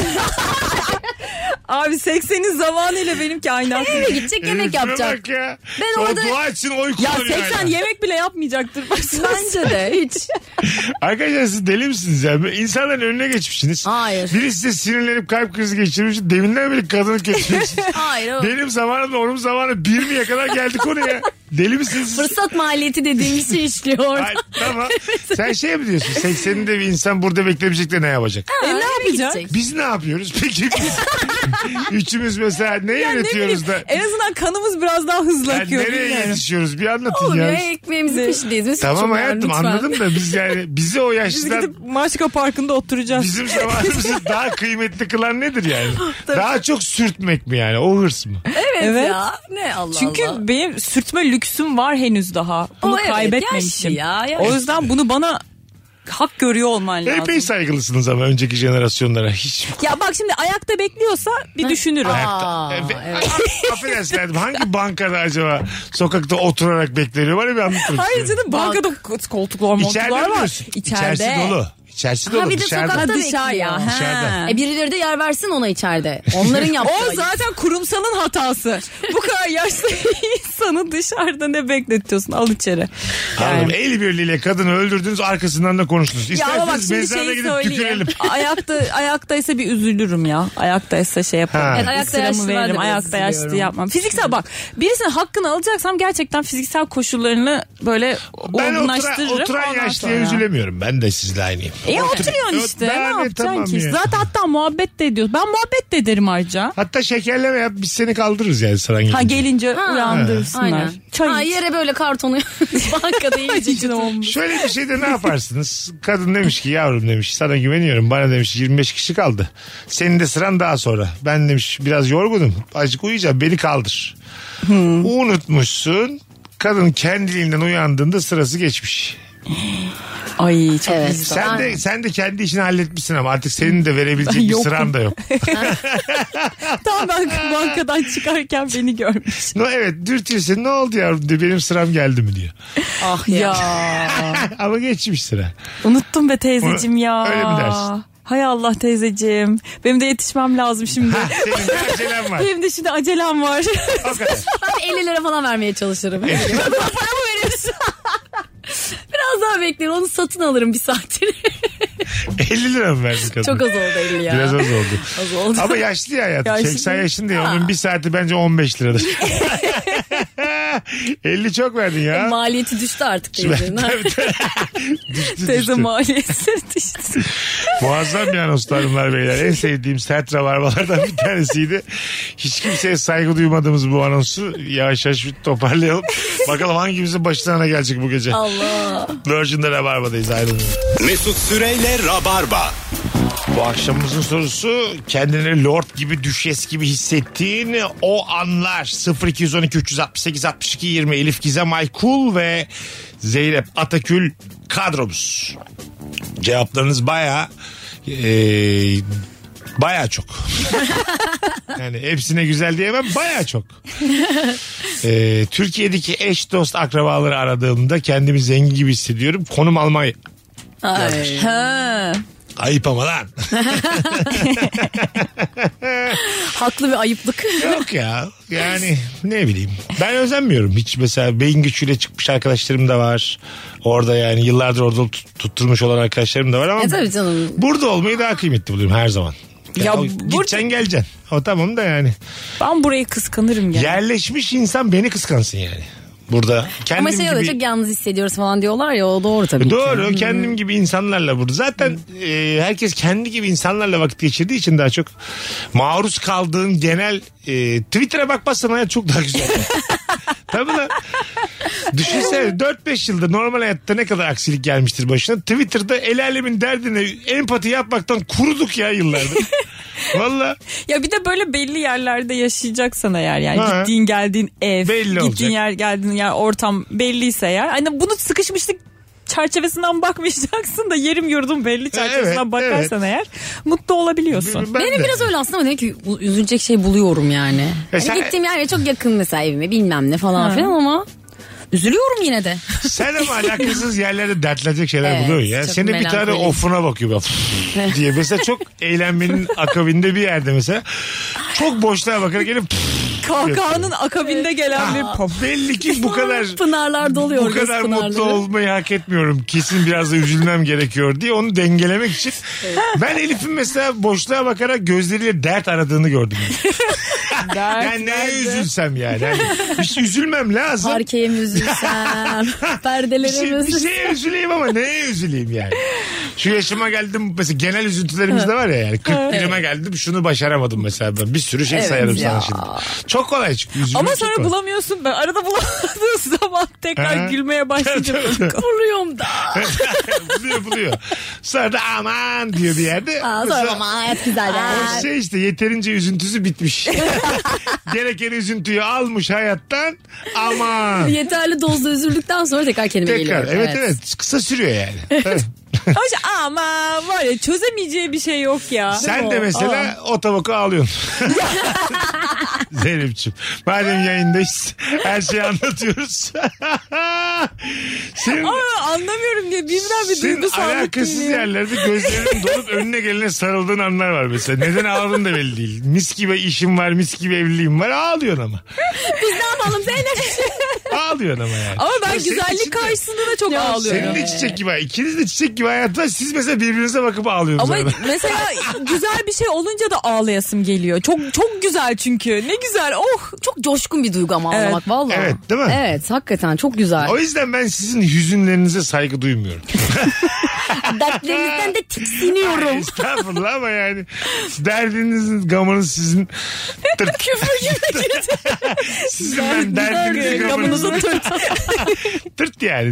Abi seksenin zamanıyla benimki aynı. Eve gidecek yemek Elif'e yapacak. bak ya. Ben Sonra orada- dua için oy Ya kullanıyor. seksen yani. yemek bile yapmayacaktır. Bence de hiç. Arkadaşlar siz deli misiniz ya? İnsanların önüne geçmişsiniz. Hayır. Biri size sinirlenip kalp krizi geçirmiş. Deminden beri kadını kötülemişsiniz. Hayır o. Benim zamanımda onun zamanı bir miye kadar geldik oraya. Deli misiniz? Fırsat maliyeti dediğimiz şey işliyor orada. Ay, tamam. Sen şey mi diyorsun? sekseninde bir insan burada beklemeyecek de ne yapacak? E ne yapacak? gidecek. Biz ne yapıyoruz? Peki biz üçümüz mesela ne Ya ne yönetiyoruz bileyim, da? en azından kanımız biraz daha hızlı Yani akıyor. nereye bilmiyorum. yetişiyoruz? Bir anlatın Oğlum ya. ya ekmeğimizi peşindeyiz. Mesut Tamam Çubuğu hayatım lütfen. anladım da biz yani bizi o Biz yaşlılar gidip Maşka Parkı'nda oturacağız. bizim zamanımızı daha kıymetli kılan nedir yani? Daha çok sürtmek mi yani? O hırs mı? Evet, Evet. ya. Ne Allah Çünkü Allah. benim sürtme lüksüm var henüz daha. Bunu O evet, kaybetmemişim. yaşlı ya, yaşlı. O yüzden bunu bana hak görüyor olman lazım. Epey saygılısınız ama önceki jenerasyonlara. Hiç Ya bak şimdi ayakta bekliyorsa bir düşünürüm. Aa, Efe- evet. A- Affedersin hayatım, hangi bankada acaba sokakta oturarak bekleniyor var ya bir anlatırım. Hayır size. canım bankada koltuklar İçeride moltuklar mi var. diyorsun? İçeride. İçerisi dolu. İçerisi dolu Ha, bir de dışarıda. sokakta Ha, dışarıya. bekliyor. Dışarıda. Ha. E birileri de yer versin ona içeride. Onların yaptığı. O zaten kurumsalın hatası. Bu kadar yaşlı insanı dışarıda ne bekletiyorsun? Al içeri. Anladım. El birliğiyle kadını öldürdünüz arkasından da konuştunuz. Ya ama bak İsterseniz şimdi mezarına şeyi gidip söyleyeyim. tükürelim. Ayakta, ayaktaysa bir üzülürüm ya. Ayaktaysa şey yaparım. Ha. Evet, ayakta Sıramı yaşlılar da veririm. biraz Ayakta yaşlı üzülüyorum. yapmam. Fiziksel bak. Birisinin hakkını alacaksam gerçekten fiziksel koşullarını böyle Ben otura, olgunlaştırırım. oturan Ondan yaşlıya sonra. üzülemiyorum. Ben de sizle aynıyım. E Otur- oturuyorsun işte. Daha Ne yapacaksın tamam ki? ya. Zaten hatta muhabbet de ediyoruz. Ben muhabbet de ederim ayrıca. Hatta şekerleme yap biz seni kaldırırız yani sıran Ha gelince. gelince Ha, uyandırsınlar. Aynen. Çay Ha, iç. yere böyle kartonu bankada iyice İçine olmuş. Şöyle bir şeyde ne yaparsınız? Kadın demiş ki yavrum demiş sana güveniyorum. Bana demiş yirmi beş kişi kaldı. Senin de sıran daha sonra. Ben demiş biraz yorgunum. Azıcık uyuyacağım beni kaldır. Hmm. Unutmuşsun. Kadın kendiliğinden uyandığında sırası geçmiş. Ay çok Evet. güzel. Sen de sen de kendi işini halletmişsin ama artık senin de verebilecek Ben bir yokum. sıran da yok. Tamam ben bankadan çıkarken beni görmüş. No, evet dürtüyorsun ne oldu yavrum diyor benim sıram geldi mi diyor. Ah ya. Ya. Ama geçmiş sıra. Unuttum be teyzeciğim ya. Öyle mi dersin? Hay Allah teyzeciğim. Benim de yetişmem lazım şimdi. Ha, senin de acelen var. Benim de şimdi acelem var. O kadar. Ben elli lira falan vermeye çalışırım. Para mı veriyorsun? Biraz daha bekleyin onu satın alırım bir saatini. elli lira mı verdin kadın? Çok az oldu elli ya. Biraz az oldu. Az oldu. Ama yaşlı ya hayatım. Yaşlı. seksen yaşında ya. Onun bir saati bence on beş liradır. elli çok verdin ya. Maliyeti düştü artık teyzenin. ha. Tabii, tabii. düştü, Teyze düştü. maliyesi düştü. Muazzam bir anons hanımlar beyler. En sevdiğim sert rabarbalardan bir tanesiydi. Hiç kimseye saygı duymadığımız bu anonsu yavaş yavaş bir toparlayalım. Bakalım hangimizin başına gelecek bu gece. Allah. Virgin'de Rabarba'dayız ayrılmayın. Mesut Süreyle Rabarba. Bu akşamımızın sorusu kendini lord gibi düşes gibi hissettiğin o anlar. sıfır iki yüz on iki üç yüz altmış sekiz altmış iki yirmi Elif Gizem Aykul ve Zeynep Atakül kadromuz. Cevaplarınız bayağı e, bayağı çok. Yani hepsine güzel diyemem, bayağı çok. E, Türkiye'deki eş dost akrabaları aradığımda kendimi zengin gibi hissediyorum. Konum Almanya. Ay. Ha. Ayıp ama lan. Haklı bir ayıplık. Yok ya. Yani ne bileyim. Ben özenmiyorum. Hiç mesela beyin güçüyle çıkmış arkadaşlarım da var. Orada yani yıllardır orada tut- tutturmuş olan arkadaşlarım da var ama E tabii canım. burada olmayı daha kıymetli buluyorum her zaman. Ya, Ya o, burada- gideceksin geleceksin. O tamam da yani. Ben burayı kıskanırım yani. Yerleşmiş insan beni kıskansın yani. Burada kendim Ama şey gibi... oluyor, çok yalnız hissediyoruz falan diyorlar ya, o doğru tabii ki. Doğru, kendim gibi insanlarla burada. Zaten e, herkes kendi gibi insanlarla vakit geçirdiği için daha çok maruz kaldığın genel e, Twitter'a bakmazsan hayat çok daha güzel. Tabii lan. Düşünsene dört beş yılda normal hayatta ne kadar aksilik gelmiştir başına. Twitter'da el alemin derdine empati yapmaktan kuruduk ya yıllardır. Valla. Ya bir de böyle belli yerlerde yaşayacaksan eğer yani Ha. gittiğin geldiğin ev, Belli gittiğin olacak. yer geldiğin yer ortam belliyse eğer. Hani bunu sıkışmışlık çerçevesinden bakmayacaksın da yerim yurdum belli çerçevesinden Evet, bakarsan eğer mutlu olabiliyorsun. Ben Benim de. biraz öyle aslında ama demek ki üzülecek şey buluyorum yani. E Hani sen- gittiğim yer çok yakın mesela evime, bilmem ne falan Ha. filan ama üzülüyorum yine de. Sen ama alakasız yerlerde dertlenecek şeyler Evet, buluyorsun ya. çok Senin bir tane melankoli. ofuna bakıyor bak diye. Mesela çok eğlenmenin akabinde bir yerde mesela. Çok boşluğa bakarak gelip Kahkahanın akabinde gelen bir pop. belli ki bu kadar Pınarlar doluyor. bu kadar göz mutlu pınarları. olmayı hak etmiyorum. Kesin biraz da üzülmem gerekiyor diye onu dengelemek için. Ben Elif'in mesela boşluğa bakarak gözleriyle dert aradığını gördüm. Dert, Yani neye nerede? üzülsem yani. yani hiç üzülmem lazım. Parkeye mi üzülsem? Bir, Perdelere şey, mi bir üzülsem? şeye üzüleyim ama neye üzüleyim yani. Şu yaşıma geldim mesela genel üzüntülerimiz de var ya yani. kırk birime geldim şunu başaramadım mesela ben. Bir sürü şey Evet sayarım ya. sana şimdi. Çok kolay çıktı. Üzülmek Ama çok sonra kolay. bulamıyorsun. Ben arada bulamadığın zaman tekrar Ha. gülmeye başlayacağım. Vuruyorum da. buluyor buluyor. Sonra da aman diyor bir yerde. Aa, Mesela sonra ama hayat güzel. o şey işte yeterince üzüntüsü bitmiş. Gereken üzüntüyü almış hayattan. Aman. Yeterli dozda üzüldükten sonra tekrar kendime Tekrar. geliyorum. Evet evet. Kısa sürüyor yani. Tabii. Ama, işte, ama var ya çözemeyeceği bir şey yok ya. Sen de mesela o tavuku ağlıyorsun. Zeynep'ciğim. Madem yayındayız. Her şeyi anlatıyoruz. Senin, Ama anlamıyorum diye birden bir senin duygusallık alakasız geliyor. yerlerde gözlerinin dolup önüne gelene sarıldığın anlar var mesela. Neden ağladın da belli değil. Mis gibi işim var, mis gibi evliliğim var. Ağlıyorsun ama. Biz ne yapalım Zeynep? Ağlıyorsun ama yani. Ama ben Ya senin güzellik için de- karşısında da çok ağlıyorum. Senin de çiçek gibi. İkiniz de çiçek gibi hayat var. Siz mesela birbirinize bakıp ağlıyorsunuz. Ama arada. mesela güzel bir şey olunca da ağlayasım geliyor. Çok çok güzel çünkü. Ne güzel. Oh. Çok coşkun bir duygu ama ağlamak Evet. vallahi. Evet, değil mi? Evet hakikaten çok güzel. O yüzden ben sizin hüzünlerinize saygı duymuyorum. Dertlerinizden de tiksiniyorum. Estağfurullah ama yani derdinizin gamınız sizin tırt. Küfür gibi girdi. Sizin ben derdinizin gamınızın Gamınızın tırt. tırt yani.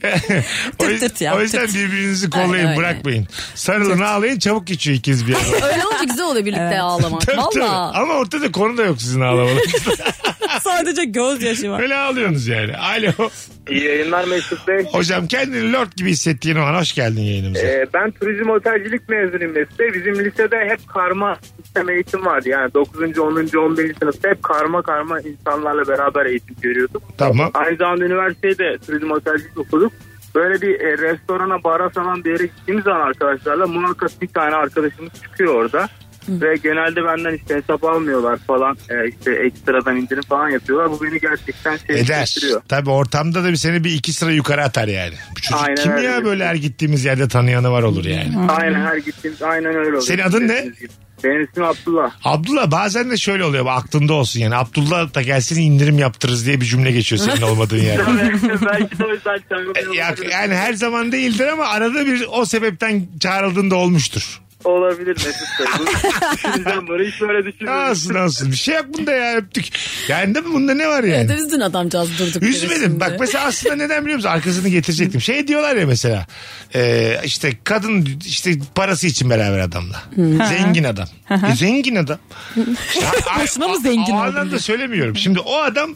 o, Tırt yüz- tırt ya, o yüzden tırt. birbirinizi kollayın Ay, bırakmayın. Sarılın ağlayın çabuk geçiyor ikiniz bir yana. Öyle olunca güzel oluyor birlikte ağlamak. Tabii, tabii. Valla. Ama ortada konu da yok sizin ağlamanız. Sadece gözyaşı var. Öyle ağlıyorsunuz yani. Alo. İyi yayınlar Mesut Bey. Hocam kendini lord gibi hissettiğin o an hoş geldin yayınımıza. Ee, ben turizm otelcilik mezunuyum Mesut Bey. Bizim lisede hep karma sistem eğitim vardı. Yani dokuzuncu onuncu on birinci sınıfta hep karma karma insanlarla beraber eğitim görüyorduk. Tamam. Aynı zamanda üniversitede turizm otelcilik okuduk. Böyle bir e, restorana, bara falan bir yere gittiğimiz zaman arkadaşlarla muhakkak bir tane arkadaşımız çıkıyor orada. Ve genelde benden işte hesap almıyorlar falan. E, işte ekstradan indirim falan yapıyorlar. Bu beni gerçekten şey Eder. hissettiriyor. Tabii ortamda da bir seni bir iki sıra yukarı atar yani. Bu çocuk Aynen kim öyle. ya böyle her gittiğimiz yerde tanıyanı var olur yani. Aynen her gittiğimiz aynen öyle oluyor. Senin adın ne? Benim ismim Abdullah. Abdullah bazen de şöyle oluyor aklında olsun yani. Abdullah da gelsin indirim yaptırırız diye bir cümle geçiyor senin olmadığın yerde. Belki de o yüzden çağırmıyor Ya, olabilir. yani her zaman değildir ama arada bir o sebepten çağrıldığında olmuştur. Olabilir Mesut Bey. Bu düşüncem var. Hiç böyle düşünmedim. Olsun olsun. Bir şey yok bunda ya öptük. Yani değil mi bunda ne var yani? Evet, üzdün adamcağız durduk. yere Üzmedim. şimdi. Bak mesela aslında neden biliyor musun? Arkasını getirecektim. Şey diyorlar ya mesela. E, işte kadın işte parası için beraber adamla. Zengin adam. E, zengin adam. İşte, a- Boşuna mı a- zengin O oldun anlamda diyor. söylemiyorum. Şimdi o adam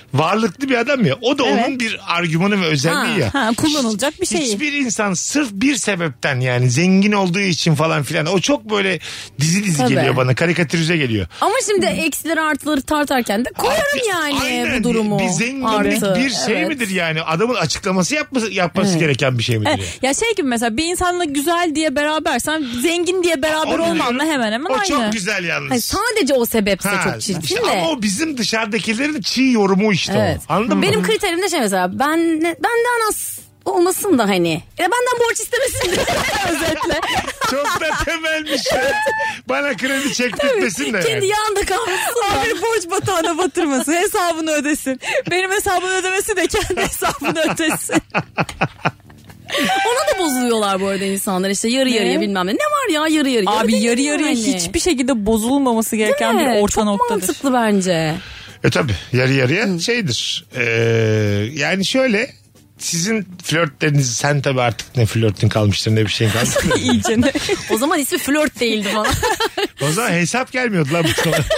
varlıklı bir adam ya. O da Evet. onun bir argümanı ve özelliği ya. Ha, kullanılacak bir şey. Hiçbir insan sırf bir sebepten yani zengin olduğu için falan filan o çok böyle dizi dizi Tabii. geliyor bana, karikatürize geliyor. Ama şimdi eksileri artıları tartarken de koyarım Abi, yani aynen. bu durumu. Bir zenginlik Artı. bir şey Evet. midir yani? Adamın açıklaması yapması, yapması gereken bir şey midir? Evet. yani? Ya şey gibi mesela bir insanla güzel diye berabersen zengin diye beraber Onu olmanla diyorum. hemen hemen o aynı. çok güzel yalnız. Hayır, sadece o sebepse Ha, çok çirkin işte de. ama o bizim dışarıdakilerin çiğ yorumu işte Evet. o. Anladın Benim mı? kriterim de şey mesela ben benden az olmasın da hani. Ya benden borç istemesin de. Özetle. Çok da temelmiş ya. Bana kredi çektirmesin de Kendi yani. yanında kalmasın da. Abi borç batağına batırmasın. Hesabını ödesin. Benim hesabımı ödemesi de kendi hesabını ödesin. Ona da bozuluyorlar bu arada insanlar işte yarı yarıya bilmem ne. Ne var ya yarı yarıya? Abi Öyle yarı değil yarıya yani. hiçbir şekilde bozulmaması gereken bir Evet, orta çok noktadır. mantıklı bence. E tabi yarı yarıya şeydir. Ee, yani şöyle sizin flörtleriniz, sen tabi artık ne flörtün kalmıştır ne bir şey kalmıştır. İyice ne? O zaman ismi flört değildi falan. O zaman hesap gelmiyordu lan bu zaman.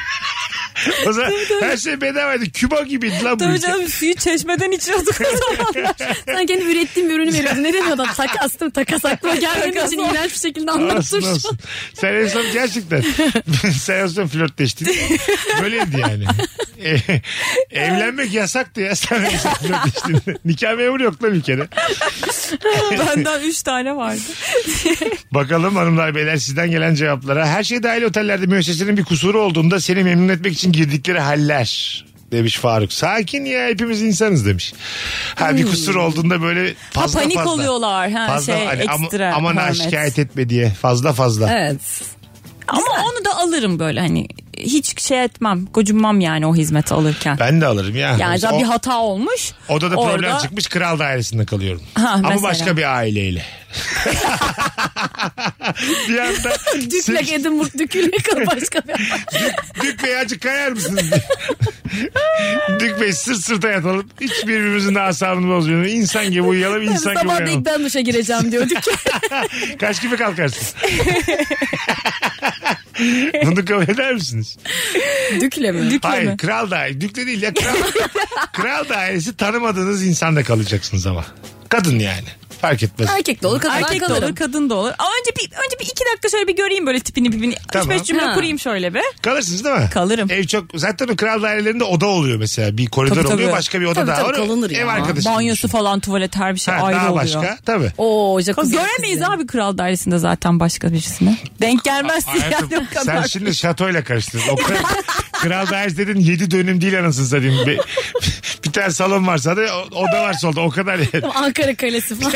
O zaman her şey bedavaydı. Küba gibiydi lan bu Tabii ülke. canım suyu çeşmeden içiyorduk o zamanlar. Sen kendi ürettiğin bir ürünü veriyordun. Ne deniyor adam? Takas değil mi? Takas aklıma gelmediği Takas için o. iğrenç bir şekilde Olsun anlatır. olsun. Sen en son gerçekten sen en son flörtleştin. Böyleydi yani. E, evlenmek yasaktı ya sen en son flörtleştin. Nikah memuru yok lan ülkede. Benden üç tane vardı. Bakalım hanımlar beyler sizden gelen cevaplara. Her şey dahil otellerde müessesenin bir kusuru olduğunda seni memnun etmek için girdikleri haller demiş Faruk. Sakin ya hepimiz insanız demiş. Ha bir kusur olduğunda böyle fazla ha panik fazla. oluyorlar. Ha, Fazla şey hani ekstra. ama, aman ha hürmet. şikayet etme diye fazla fazla. Evet. Ama onu da alırım böyle hani hiç şey etmem, gocunmam yani o hizmeti alırken. Ben de alırım ya. Yani Mesela zaten bir o- hata olmuş. Odada Orada- problem çıkmış kral dairesinde kalıyorum. Ha, Ama mesela. başka bir aileyle. bir anda Dükle Edinburgh düküyle başka bir Dük Bey azıcık kayar mısınız diye. Dük Bey sırt sırta yatalım. Hiç birbirimizin de asabını bozmayalım. İnsan gibi uyuyalım, insan gibi Sabah da uyuyalım. ilk ben duşa gireceğim diyor dükü. Kaç gibi kalkarsın? Bunu kabul eder misiniz? Dükle mi? Dükle Hayır mi? kral dairesi. Dükle değil ya kral. Kral dairesi tanımadığınız insanla kalacaksınız ama. Kadın yani. Fark etmez. Erkek de olur kadın Erkek de kalırım. olur, kadın da olur. Ama önce bir önce bir iki dakika şöyle bir göreyim böyle tipini pipini. Tamam. Üç beş cümle Ha. kurayım şöyle bir. Kalırsınız değil mi? Kalırım. Ev çok zaten o kral dairelerinde oda oluyor mesela. Bir koridor Tabii, tabii. oluyor, başka bir oda Tabii, daha tabii, var. kalınır Ev ya. arkadaşı. Banyosu falan, tuvalet, her bir şey Ha, ayrı daha oluyor. başka tabii. Oo jacuzzi. Göremeyiz jacuzzi. abi kral dairesinde zaten başka birisine. Denk gelmezsin Hayatım, yani o kadar. sen şimdi şatoyla karıştırdın. O kral, kral dairesi dedin yedi dönüm değil anasını satayım. Bir, bir tane salon var zaten o- oda var solda o kadar yani. Ankara Kalesi falan.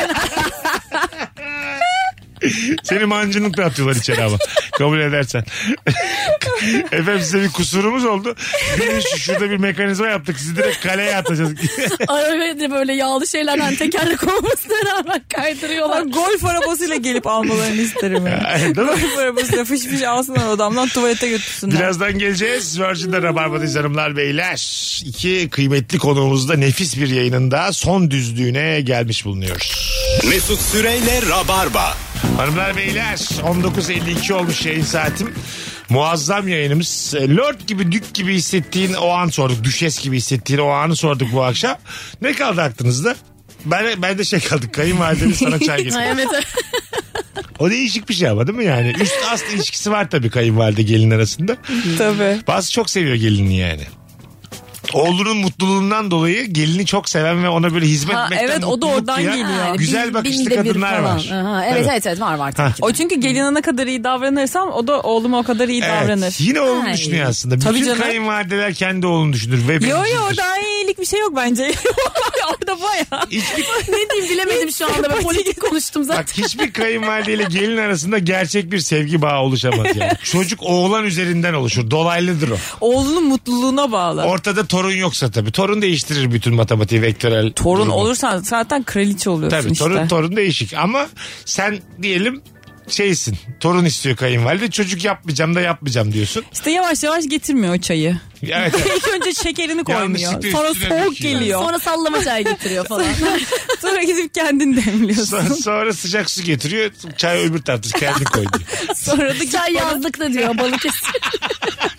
Seni mancınlıkla atıyorlar içeri ama. Kabul edersen. Efendim size bir kusurumuz oldu. Bir şu, şurada bir mekanizma yaptık. Sizi direkt kaleye atacağız. Arabada böyle yağlı şeylerden tekerlek olmasına rağmen kaydırıyorlar. Ben golf arabasıyla gelip almalarını isterim yani. Değil mi? Golf arabasıyla fış fış alsınlar odamdan tuvalete götürsünler. Birazdan geleceğiz. Virgin'de Rabarba'dayız hanımlar beyler. İki kıymetli konuğumuzda nefis bir yayınında son düzlüğüne gelmiş bulunuyoruz. Mesut Süreyle Rabarba. Hanımlar beyler on dokuz elli iki olmuş yayın saatim. Muazzam yayınımız. Lord gibi dük gibi hissettiğin o an sorduk. Düşes gibi hissettiğin o anı sorduk bu akşam. Ne kaldı aklınızda? Ben, ben de şey kaldık. Kayınvalidemiz sana çay getirdi. Ay, evet. O değişik bir şey ama değil mi yani? Üst ast ilişkisi var tabii kayınvalide gelin arasında. Tabii. Bazı çok seviyor gelini yani. Oğlunun mutluluğundan dolayı gelini çok seven ve ona böyle hizmet Ha, etmekten evet, o da mutluluk oradan duyan geliyor. güzel Bin- bakışlı binde bir kadınlar falan. var. Aha, evet, Evet. evet evet var var tabii ki. O çünkü geline ne kadar iyi davranırsam o da oğluma o kadar iyi davranır. Evet. Yine oğlunu Ay. düşünüyor aslında. Tabii Bütün canım. kayınvalideler kendi oğlunu düşünür. Ve Yo yo bencildir. orada iyilik bir şey yok bence. Orada baya. Hiçbir, Ne diyeyim bilemedim şu anda. Ben politik konuştum zaten. bak hiçbir kayınvalideyle gelin arasında gerçek bir sevgi bağı oluşamaz yani. Çocuk oğlan üzerinden oluşur. Dolaylıdır o. Oğlunun mutluluğuna bağlı. Ortada torun yoksa tabii. Torun değiştirir bütün matematiği, vektörel Torun durumu. olursan zaten kraliçe oluyorsun Tabii işte. torun torun değişik ama sen diyelim şeysin, torun istiyor kayınvalide, çocuk yapmayacağım da yapmayacağım diyorsun. İşte yavaş yavaş getirmiyor o çayı. Evet. İlk önce şekerini koymuyor. Yanlışlıkla Sonra üstüne soğuk döküyor. geliyor. Sonra sallama çay getiriyor falan. Sonra gidip kendin demliyorsun. Sonra, sonra sıcak su getiriyor, çay öbür tarafta kendi koy diyor. Sonra da Çay yazlıkta diyor Balıkesir.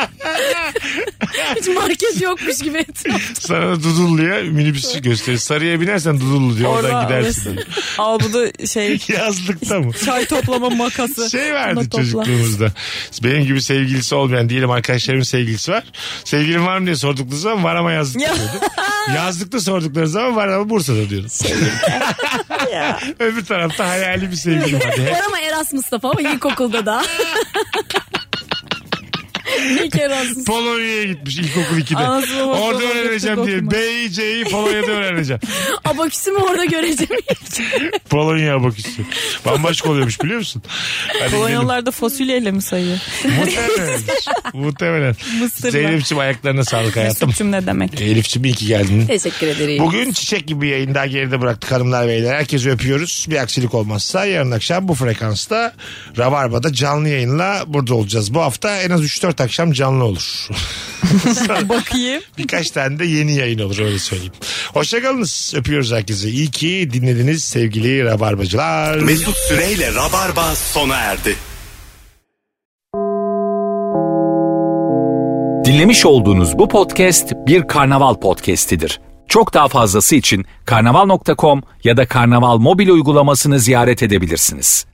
Hiç market yokmuş gibi etrafta. Sana da Dudullu'ya minibüsü gösterir. Sarıya binersen Dudullu diye oradan Oradan gidersin. Al bu da şey Yazlıkta mı? çay toplama makası. Şey vardı Buna topla. çocukluğumuzda. Benim gibi sevgilisi olmayan diyelim arkadaşlarımın sevgilisi var. Sevgilin var mı diye sordukları zaman var ama yazlıkta Ya. diyordum. Yazlıkta sordukları zaman var ama Bursa'da diyordum. Öbür tarafta hayali bir sevgilim vardı. Var ama Erasmus'ta falan ilkokulda da. İlk Erasmus. Polonya'ya gitmiş ilkokul ikide. Ağzıma Orada bakma, öğreneceğim bakma. diye. B'yi C'yi Polonya'da öğreneceğim. Abaküsümü orada göreceğim. Polonya abaküsü. Bambaşka oluyormuş biliyor musun? Hadi gidelim. Polonyalılarda fasulyeyle mi sayıyor? Muhtemelen. Muhtemelen. Mısırla. Zeynep'ciğim ayaklarına sağlık hayatım. Mesut'cum ne demek? Elif'ciğim iyi ki geldin. Teşekkür ederim. Bugün çiçek gibi yayın daha geride bıraktık hanımlar beyler. Herkesi öpüyoruz. Bir aksilik olmazsa yarın akşam bu frekansta Rabarba'da canlı yayınla burada olacağız. Bu hafta en az üç dört akşam canlı olur. Bakayım. Birkaç tane de yeni yayın olur öyle söyleyeyim. Hoşçakalınız. Öpüyoruz herkese. İyi ki dinlediniz sevgili Rabarbacılar. Mesut Süreyle Rabarba sona erdi. Dinlemiş olduğunuz bu podcast bir karnaval podcastidir. Çok daha fazlası için karnaval nokta com ya da karnaval mobil uygulamasını ziyaret edebilirsiniz.